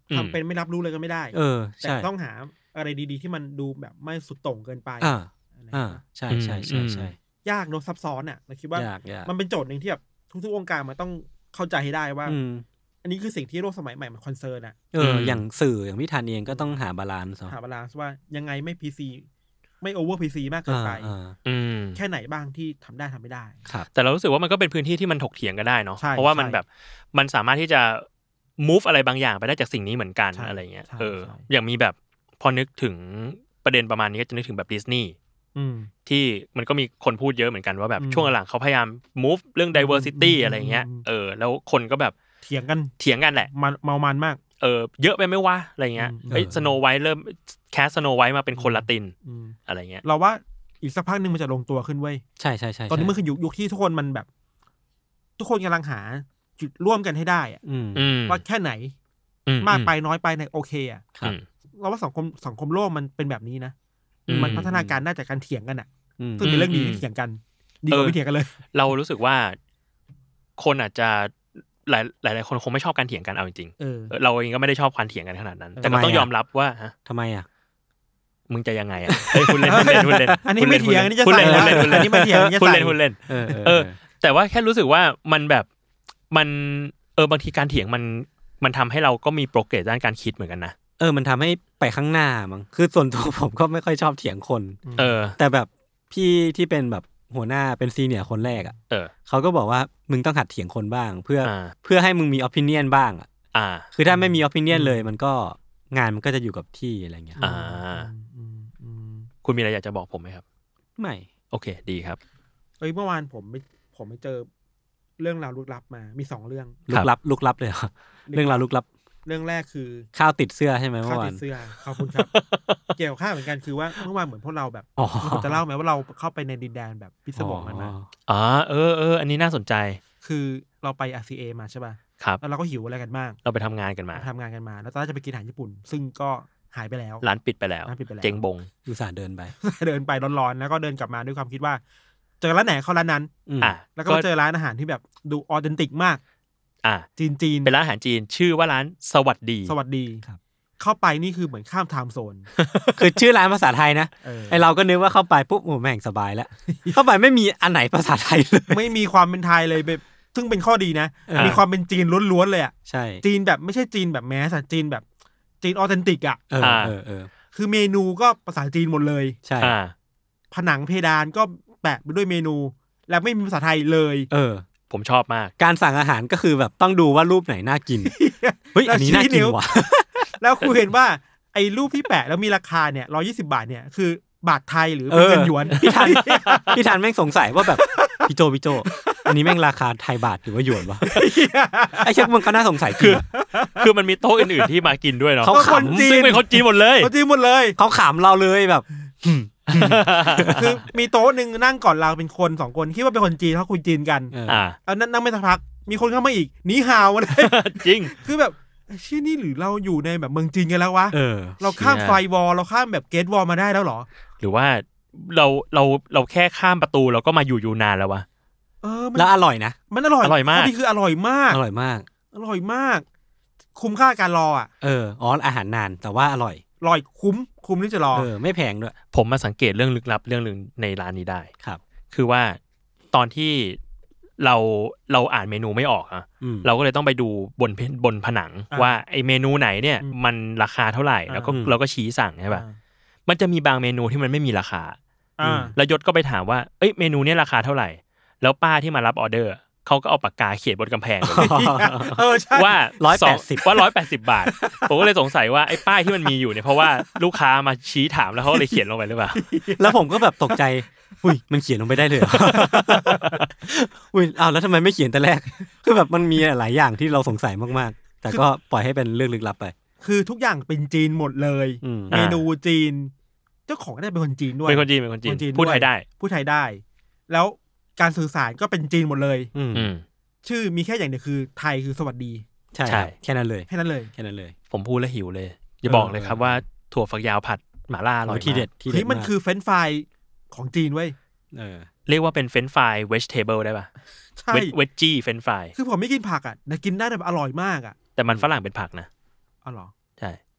ทำเป็นไม่รับรู้เลยก็ไม่ได้แต่ต้องหาอะไรดีๆที่มันดูแบบไม่สุดโต่งเกินไปใช่ใช่ใช่ใช่ยากโน้ตซับซ้อนอ่ะเราคิดว่ามันเป็นโจทย์หนึ่งที่แบบทุกๆวงการมันต้องเข้าใจให้ได้ว่าอันนี้คือสิ่งที่โลกสมัยใหม่มันคอนเซิร์นอ่ะอย่างสื่ออย่างพี่ธันเองก็ต้องหาบาลานซ์ว่ายังไงไม่ PC ไม่โอเวอร์ PC มากเกินไปแค่ไหนบ้างที่ทำได้ทำไม่ได้แต่เรารู้สึกว่ามันก็เป็นพื้นที่ที่มันถกเถียงกันได้เนาะเพราะว่ามันแบบมันสามารถที่จะ move อะไรบางอย่างไปได้จากสิ่งนี้เหมือนกันอะไรเงี้ยอย่างมีแบบพอนึกถึงประเด็นประมาณนี้ก็จะนึกถึงแบบดิสนีย์ที่มันก็มีคนพูดเยอะเหมือนกันว่าแบบช่วงหลังเขาพยายาม move เรื่อง diversity อะไรเงี้ยแล้วคนก็แบบเถียงกันแหละมันมากเยอะไปไหมวะอะไรเงี้ยสโนไวท์เริ่มแคสสโนไวท์มาเป็นคนละตินอะไรเงี้ยเราว่าอีกสักพักนึงมันจะลงตัวขึ้นเว้ยใช่ๆๆตอนนี้มันคือยุคที่ทุกคนมันแบบทุกคนกำลังหาจุดร่วมกันให้ได้อ่ะว่าแค่ไหนมากไปน้อยไปในโอเคอ่ะเราว่าสังคมโลกมันเป็นแบบนี้นะมันพัฒนาการได้จากการเถียงกันอ่ะซึ่งเป็นเรื่องดีที่เถียงกันดีกว่าไม่เถียงกันเลยเรารู้สึกว่าคนอาจจะหลายคนคงไม่ชอบการเถียงกันเอาจริงๆเราเองก็ไม่ได้ชอบการเถียงกันขนาดนั้นแต่ก็ต้องยอมรับว่าทำไมอ่ะมึงจะยังไงอ่ะคุณเล่นอันนี้ไม่เถียงอันนี้จะใส่แล้วอันนี้ไม่เถียงอันนี้คุณเล่นแต่ว่าแค่รู้สึกว่ามันแบบมันบางทีการเถียงมันทำให้เราก็มีโปรเกรสด้านการคิดเหมือนกันนะมันทำให้ไปข้างหน้ามั้งคือส่วนตัวผมก็ไม่ค่อยชอบเถียงคนแต่แบบพี่ที่เป็นแบบหัวหน้าเป็นซีเนียร์คนแรกอ่ะเขาก็บอกว่ามึงต้องหัดเถียงคนบ้างเพื่อให้มึงมีออปิเนียนบ้างอ่ะคือถ้าไม่มีออปิเนียนเลยมันก็งานมันก็จะอยู่กับที่อะไรเงี้ยคุณมีอะไรอยากจะบอกผมไหมครับไม่โอเคดีครับเมื่อวานผมไปเจอเรื่องราวลึกลับมามี2เรื่องลึกลับเลยเรื่องราวลึกลับเรื่องแรกคือข้าวติดเสื้อใช่ไหมเมื่อวานข้าวติดเสื้อขอบคุณครับ เกี่ยวกับข้าวเหมือนกันคือว่าเมื่อวานเหมือนพวกเราแบบผมจะเล่าไหมว่าเราเข้าไปในดินแดนแบบพิศวงมันนะอันนี้น่าสนใจคือเราไป RCA มาใช่ป่ะครับแล้วเราก็หิวอะไรกันบ้างเราไปทำงานกันมาแล้วตอนแรกจะไปกินอาหารญี่ปุ่นซึ่งก็หายไปแล้วร้านปิดไปแล้วเจ๊งบงอุตส่าห์เดินไปร้อนๆแล้วก็เดินกลับมาด้วยความคิดว่าเจอร้านไหนเข้าร้านนั้นแล้วก็เจอร้านอาหารที่แบบดูออเทนติกมากจีนเป็นร้านอาหารจีนชื่อว่าร้านสวัสดีครับเข้าไปนี่คือเหมือนข้ามไทม์โซนคือชื่อร้านภาษาไทยนะไอเราก็นึกว่าเข้าไปปุ๊บโอ้แม่งสบายแล้วเข้าไปไม่มีอันไหนภาษาไทยเลยไม่มีความเป็นไทยเลยแบบซึ่งเป็นข้อดีนะมีความเป็นจีนล้วนๆเลยอ่ะใช่จีนแบบไม่ใช่จีนแบบแมสจีนแบบจีนออเทนติกอ่ะคือเมนูก็ภาษาจีนหมดเลยใช่ผนังเพดานก็แปะไปด้วยเมนูแล้วไม่มีภาษาไทยเลยผมชอบมากการสั่งอาหารก็คือแบบต้องดูว่ารูปไหนน่ากินเฮ้ยอันนี้น่ากินว่ะแล้วคุณเห็นว่าไอ้รูปที่แปะแล้วมีราคาเนี่ย120 บาทเนี่ยคือบาทไทยหรือเป็นเงินหยวนพี่ทันแม่งสงสัยว่าแบบพี่โจอันนี้แม่งราคาไทยบาทหรือว่าหยวนวะไอ้เช็คมันก็น่าสงสัยคือมันมีโต๊ะอื่นๆที่มากินด้วยเนาะเขาขำซึ่งเป็นคนจีนหมดเลยเขาขำเราเลยแบบคือมีโต๊ะนึงนั่งก่อนเราเป็นคน2คนคิดว่าเป็นคนจีนเขาคุยจีนกันแล้วนั่งไม่สักพักมีคนเข้ามาอีกหนีห่าวมาเลยจริงคือแบบชื่อนี่หรือเราอยู่ในแบบเมืองจีนกันแล้ววะเราข้ามไฟวอลเราข้ามแบบเกตวอลมาได้แล้วหรอหรือว่าเราแค่ข้ามประตูเราก็มาอยู่นานแล้ววะแล้วอร่อยนะมันอร่อยมากนี่คืออร่อยมากคุ้มค่าการรออ่ะอาหารนานแต่ว่าอร่อยคุ้มที่จะรอไม่แพงด้วยผมมาสังเกตเรื่องลึกลับเรื่องนึงในร้านนี้ได้ครับคือว่าตอนที่เราอ่านเมนูไม่ออกอ่ะเราก็เลยต้องไปดูบนผนังว่าไอเมนูไหนเนี่ยมันราคาเท่าไหร่แล้วก็เราก็ชี้สั่งใช่ป่ะมันจะมีบางเมนูที่มันไม่มีราคาแล้วยศก็ไปถามว่าเอ้ยเมนูนี้ราคาเท่าไหร่แล้วป้าที่มารับออเดอร์เขาก็เอาปากกาเขียนบนกำแพงว่า180ว่า180 บาทผมก็เลยสงสัยว่าไอ้ป้ายที่มันมีอยู่เนี่ยเพราะว่าลูกค้ามาชี้ถามแล้วเขาเลยเขียนลงไปหรือเปล่าแล้วผมก็แบบตกใจอุ้ยมันเขียนลงไปได้เลยอุ้ยแล้วทำไมไม่เขียนแต่แรกคือแบบมันมีหลายอย่างที่เราสงสัยมากๆแต่ก็ปล่อยให้เป็นเรื่องลึกลับไปคือทุกอย่างเป็นจีนหมดเลยเมนูจีนเจ้าของก็ได้เป็นคนจีนด้วยเป็นคนจีนพูดไทยได้แล้วการสื่อสารก็เป็นจีนหมดเลยชื่อมีแค่อย่างเดียวคือไทยคือสวัสดีใช่แค่นั้นเลยผมพูดแล้วหิวเลยอย่าบอกเลยครับว่าถั่วฝักยาวผัดหม่าล่าอร่อยที่เด็ดมันคือเฟรนช์ฟรายของจีนเว้ยเรียกว่าเป็นเฟรนช์ฟรายเวจเทเบิลได้ป่ะใช่เวจจี้เฟรนช์ฟรายคือผมไม่กินผักอ่ะแต่กินได้แบบอร่อยมากอ่ะแต่มันฝรั่งเป็นผักนะอ๋อเหรอ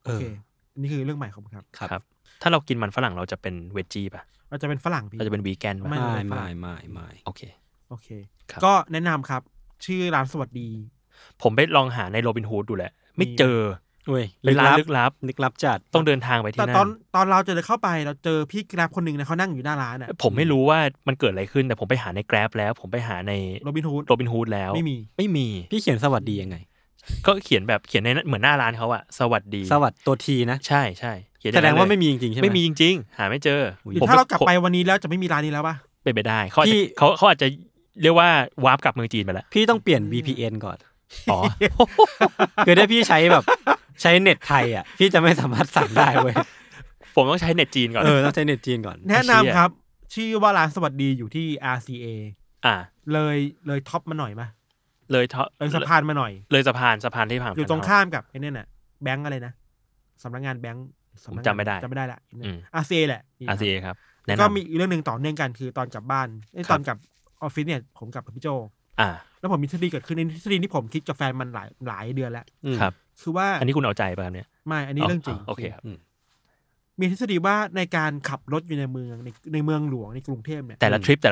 โอเคนี่คือเรื่องใหม่ของครับครับถ้าเรากินมันฝรั่งเราจะเป็นเวจจี้ป่ะเราจะเป็นฝรั่งพี่เราจะเป็นวีแกนป่ะไม่โอเคก็แนะนำครับชื่อร้านสวัสดีผมไปลองหาในโรบินฮูดดูแหละไม่เจอเป็นร้านลึกลับจัดต้องเดินทางไปที่นั่นแต่ตอนเราจะเดินเข้าไปเราเจอพี่แกร็บคนนึงนะเขานั่งอยู่หน้าร้านอ่ะผมไม่รู้ว่ามันเกิดอะไรขึ้นแต่ผมไปหาในแกร็บแล้วผมไปหาในโรบินฮูดแล้วไม่มีพี่เขียนสวัสดียังไงก็เขียนในเหมือนหน้าร้านเขาอะสวัสดีสวัสดีตัวทีนะใช่แสดงว่าไม่มีจริงๆใช่ไหมไม่มีจริงๆหาไม่เจอถ้าเรากลับไปวันนี้แล้วจะไม่มีร้านนี้แล้วป่ะเป็นไปได้เขาอาจจะเรียกว่าวาร์ปกลับเมืองจีนไปแล้วพี่ต้องเปลี่ยน VPN ก่อนคือถ้าพี่ใช้แบบใช้เน็ตไทยอ่ะพี่จะไม่สามารถสั่งได้เว้ยผมต้องใช้เน็ตจีนก่อนต้องใช้เน็ตจีนก่อนแนะนำครับชื่อว่าร้านสวัสดีอยู่ที่ RCA เลยท็อปมาหน่อยมั้ยเลยสะพานมาหน่อยเลยสะพานที่ผ่านอยู่ตรงข้ามกับไอ้นี่น่ะแบงค์อะไรนะสำนักงานแบงค์จำไม่ได้ละ RCA แหละ RCA ครับก็มีอีกเรื่องนึงต่อเนื่องกันคือตอนกลับบ้านตอนกลับออฟฟิศเนี่ยผมกลับกับพี่โจแล้วผมมีทฤษฎีเกิดขึ้นในทฤษฎีที่ผมคิดกับแฟนมันหลายเดือนแล้วครับคือว่าอันนี้คุณเอาใจป่ะครับเนี่ยไม่อันนี้เรื่องจริงโอเคครับมีทฤษฎีว่าในการขับรถอยู่ในเมืองหลวงในกรุงเทพเนี่ยแต่ละทริป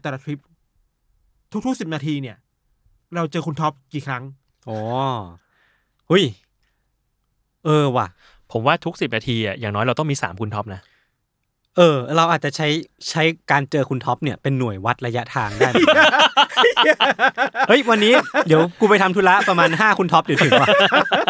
ทุกๆ10 นาทีเนี่ยเราเจอคุณท็อปกี่ครั้งว่ะผมว่าทุก10 นาทีอ่ะอย่างน้อยเราต้องมี3คุณท็อปนะเราอาจจะใช้การเจอคุณท็อปเนี่ยเป็นหน่วยวัดระยะทางได้ เฮ้ยวันนี้เดี๋ยวกูไปทำธุระประมาณ5คุณท็อปเดี๋ยวถึงว่ะ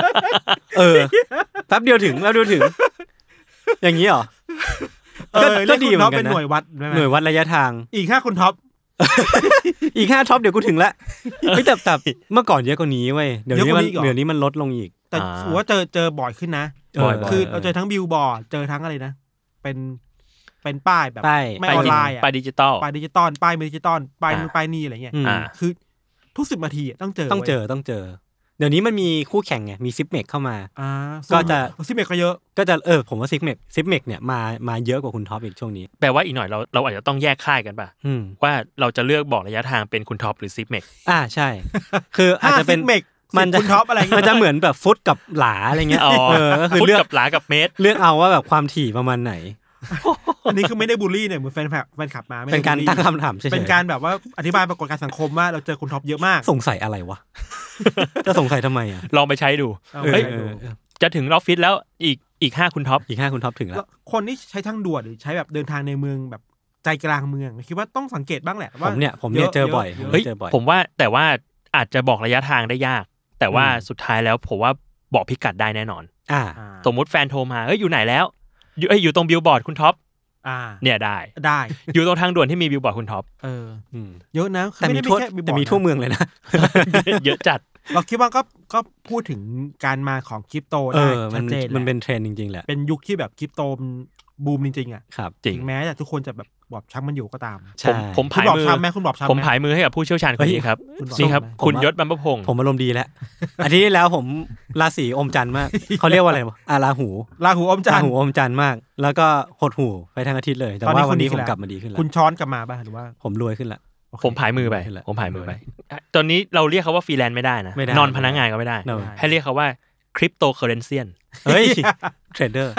แป๊บเดียวถึงอย่างนี้เหรอก็ดีเหมือนกันนะเป็นหน่วยวัดระยะทางอีก5คุณท็อปอีก5ท็อปเดี๋ยวกูถึงละไม่แต่เมื่อก่อนเยอะกว่านี้เว้ยเดี๋ยวนี้มันลดลงอีกแต่ถือว่าเจอบ่อยขึ้นนะคือเราเจอทั้งบิลบอร์ดเจอทั้งอะไรนะเป็นป้ายแบบไม่ออนไลน์อ่ะป้ายดิจิตอลป้ายดิจิตอลป้ายป้ายนี่อะไรเงี้ยคือทุก10 นาทีต้องเจอเดี๋ยวนี้มันมีคู่แข่งไงมีซิปเมกเข้ามาก็จะซิปเมกก็เยอะก็จะผมว่าซิปเมกเนี่ยมาเยอะกว่าคุณท็อปอีกช่วงนี้แปลว่าอีกหน่อยเราอาจจะต้องแยกค่ายกันป่ะว่าเราจะเลือกบอกระยะทางเป็นคุณท็อปหรือซิปเมกใช่คืออาจจะเป็นมันจะท็อปอะไรมันจะเหมือนแบบฟุตกับหลาอะไรเงี้ยก็คือเลือกกับหลากับเมตรเลือกเอาว่าแบบความถี่ประมาณไหนอันนี้คือไม่ได้บูลลี่เนี่ยเหมือนแฟนคลับมาเป็นการตั้งคำถามเฉยๆเป็นการแบบว่าอธิบายปรากฏการณ์สังคมว่าเราเจอคุณท็อปเยอะมากสงสัยอะไรวะจะสงสัยทำไมลองไปใช้ดูจะถึงออฟฟิศแล้วอีก5คุณท็อปถึงแล้วคนที่ใช้ทางด่วนหรือใช้แบบเดินทางในเมืองแบบใจกลางเมืองคิดว่าต้องสังเกตบ้างแหละว่าผมเนี่ยเจอบ่อยผมว่าแต่ว่าอาจจะบอกระยะทางได้ยากแต่ว่าสุดท้ายแล้วผมว่าบอกพิกัดได้แน่นอนสมมติแฟนโทรมาอยู่ไหนแล้วอยู่ตรงบิลบอร์ดคุณท็อปเนี่ยได้อยู่ตรงทางด่วนที่มีบิลบอร์ดคุณท็อปเยอะนะแต่มีทั่วเมืองเลยนะเยอะจัดเราคิดว่าก็พูดถึงการมาของคริปโตได้ชัดเจนมันเป็นเทรนด์จริงๆแหละเป็นยุคที่แบบคริปโตบูมจริงๆอ่ะจริงแม้แต่ทุกคนจะแบบบอบช้ำมันอยู่ก็ตามผมผายมือผมผายมือให้กับผู้เชี่ยวชาญคนนี้ครับนี่ครับคุณยศบรรพพงศ์ผมอารมณ์ดีแล้วอาทิตย์ที่แล้วผมราศีอมจันทร์มากเขาเรียกว่าอะไรวะราหูอมจันทร์มากแล้วก็หดหูไปทั้งอาทิตย์เลยแต่ว่าวันนี้ผมกลับมาดีขึ้นแล้วคุณช้อนกลับมาป่ะหรือว่าผมรวยขึ้นละผมผายมือไปตอนนี้เราเรียกเขาว่าฟรีแลนซ์ไม่ได้นะนอนพนักงานก็ไม่ได้ให้เรียกเขาว่าคริปโตเคอเรนเซียนเฮ้ยเทรดเดอร์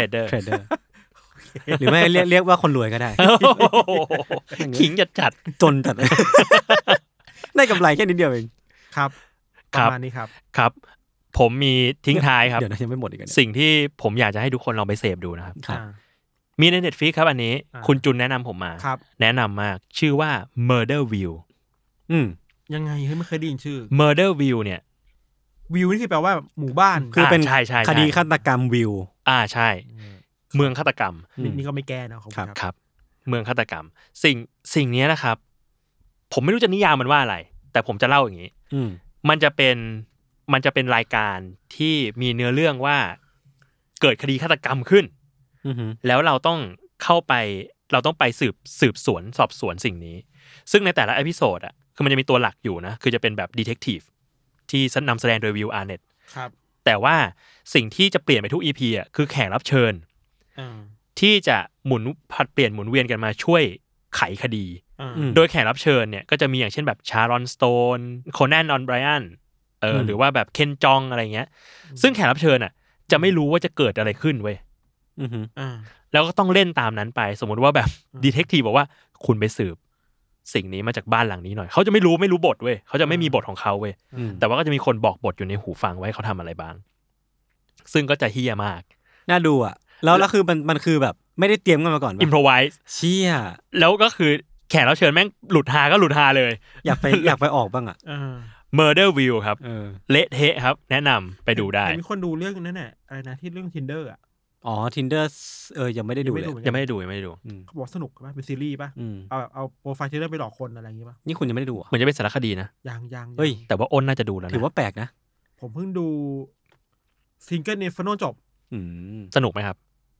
หรือไม่เรียกว่าคนรวยก็ได้ขิงจัดจนจัดได้กำไรแค่นิดเดียวเองครับประมาณนี้ครับผมมีทิ้งท้ายครับเดี๋ยวนะยังไม่หมดอีกสิ่งที่ผมอยากจะให้ทุกคนลองไปเสพดูนะครับมีใน Netflix ครับอันนี้คุณจุนแนะนำผมมาแนะนำมากชื่อว่า Murder View ยังไงไม่เคยได้ยินชื่อ Murder View เนี่ยวิวนี่คือแปลว่าหมู่บ้านคือเป็นคดีฆาตกรรมวิวใช่เมืองฆาตกรรมนี่ก็ไม่แก้นะครับเมืองฆาตกรรมสิ่งนี้นะครับผมไม่รู้จะนิยามมันว่าอะไรแต่ผมจะเล่าอย่างนี้มันจะเป็นรายการที่มีเนื้อเรื่องว่าเกิดคดีฆาตกรรมขึ้นแล้วเราต้องไปสืบสวนสอบสวนสิ่งนี้ซึ่งในแต่ละเอพิโซดอ่ะคือมันจะมีตัวหลักอยู่นะคือจะเป็นแบบดีเทคทีฟที่นำแสดงโดยวิลอาร์เน็ตแต่ว่าสิ่งที่จะเปลี่ยนไปทุก EP อ่ะคือแขกรับเชิญที่จะผัดเปลี่ยนหมุนเวียนกันมาช่วยไขคดีโดยแขกรับเชิญเนี่ยก็จะมีอย่างเช่นแบบชารอนสโตนโคนันออนไบรอันหรือว่าแบบเคนจองอะไรเงี้ยซึ่งแขกรับเชิญอ่ะจะไม่รู้ว่าจะเกิดอะไรขึ้นเว้ยแล้วก็ต้องเล่นตามนั้นไปสมมติว่าแบบดีเทคทีฟบอกว่าคุณไปสืบสิ่งนี้มาจากบ้านหลังนี้หน่อยเขาจะไม่รู้บทเว้ยเขาจะไม่มีบทของเขาเว้ยแต่ว่าก็จะมีคนบอกบทอยู่ในหูฟังไว้เขาทำอะไรบ้างซึ่งก็จะเฮี้ยมากน่าดูอ่ะแล้วคือมันคือแบบไม่ได้เตรียมกันมาก่อนอิมโพรไวส์เชี่ยแล้วก็คือแขกรับเชิญแม่งหลุดฮาก็หลุดฮาเลยอยากไปออกบ้างอ่ะ Murder View ครับเละเทะครับแนะนำไปดูได้มีคนดูเรื่องนั้นน่ะอะไรนะที่เรื่อง Tinder อ่ะอ๋อ Tinder ยังไม่ได้ดูเลยยังไม่ได้ดูเขาบอกสนุกป่ะเป็นซีรีส์ป่ะเอาโปรไฟล์ Tinder ไปหลอกคนอะไรอย่างงี้ป่ะนี่คุณยังไม่ได้ดูเหมือนจะเป็นสารคดีนะยังเฮ้ยแต่ว่าอ้นน่าจะดูแล้วนะถือว่าแปลกนะผมเพิ่งดู Single Inferno จบสนุกไหมครับ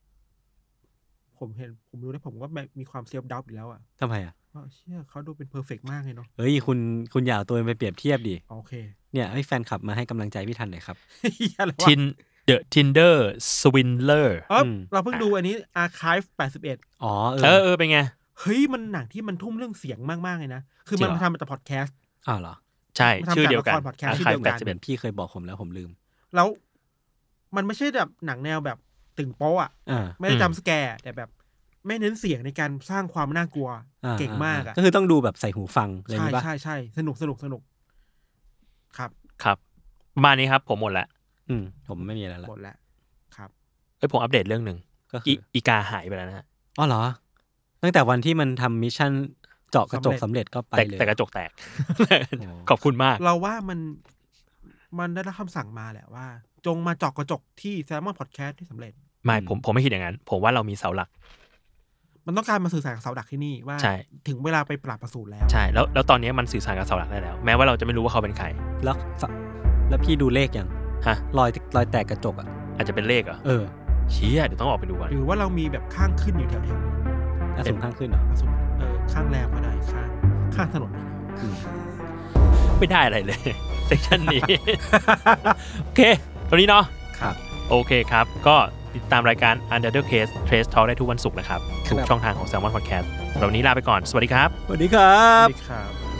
ผมดูแล้วผมก็มีความเซลฟ์ดาวต์อยู่แล้วอ่ะทำไมอ่ะเชี่ยเขาดูเป็นเพอร์เฟกต์มากเลยเนาะเฮ้ยคุณอย่าเอาตัวไปเปรียบเทียบดิโอเคเนี่ยให้แฟนคลับมาให้กำลังใจพี่ทันหน่อยครับ The Tinder Swindler เราเพิ่งดูอันนี้ Archive 81 อ๋อเป็นไงเฮ้ยมันหนังที่มันทุ่มเรื่องเสียงมากๆเลยนะคือมันทำมาจากพอดแคสต์เหรอใช่ชื่อเดียวกัน Archive 81พี่เคยบอกผมแล้วผมลืมแล้วมันไม่ใช่แบบหนังแนวแบบตึงโป๊ะไม่ได้จำสแกร์แต่แบบไม่เน้นเสียงในการสร้างความน่ากลัวเก่งมากก็คือต้องดูแบบใส่หูฟังอะไรอย่างงี้ป่ะใช่สนุกครับประมาณนี้ครับผมหมดแล้วผมไม่มีอะไรแล้วหมดแล้วครับผมอัปเดตเรื่องนึงก็คืออีกาหายไปแล้วนะฮะอ๋อเหรอตั้งแต่วันที่มันทำมิชชั่นเจาะกระจกสำเร็จก็ไปเลยแต่กระจกแตกขอบคุณมากเราว่ามันได้รับคำสั่งมาแหละว่าจงมาเจาะกระจกที่ Salmon Podcast ที่สำเร็จไม่ผมไม่คิดอย่างนั้นผมว่าเรามีเสาหลักมันต้องการมาสื่อสารกับเสาหลักที่นี่ว่าถึงเวลาไปปราบประสูติแล้วใช่แล้วตอนนี้มันสื่อสารกับเสาหลักได้แล้วแม้ว่าเราจะไม่รู้ว่าเขาเป็นใครแล้วพี่ดูเลขยังรอยแตกกระจกอาจจะเป็นเลขเหรอเชี่ยเดี๋ยวต้องออกไปดูก่อนหรือว่าเรามีแบบข้างขึ้นอยู่แถวๆนี้สูงข้างขึ้นเหรอข้างแรมก็ได้ข้างถนนไม่ได้อะไรเลยเซกชันนี้โอเคตัวนี้เนาะครับโอเคครับก็ติดตามรายการ Untitled Case Trace Talk ได้ทุกวันศุกร์นะครับทุกช่องทางของ Salmon Podcast วันนี้ลาไปก่อนสวัสดีครับสวัสดีครับ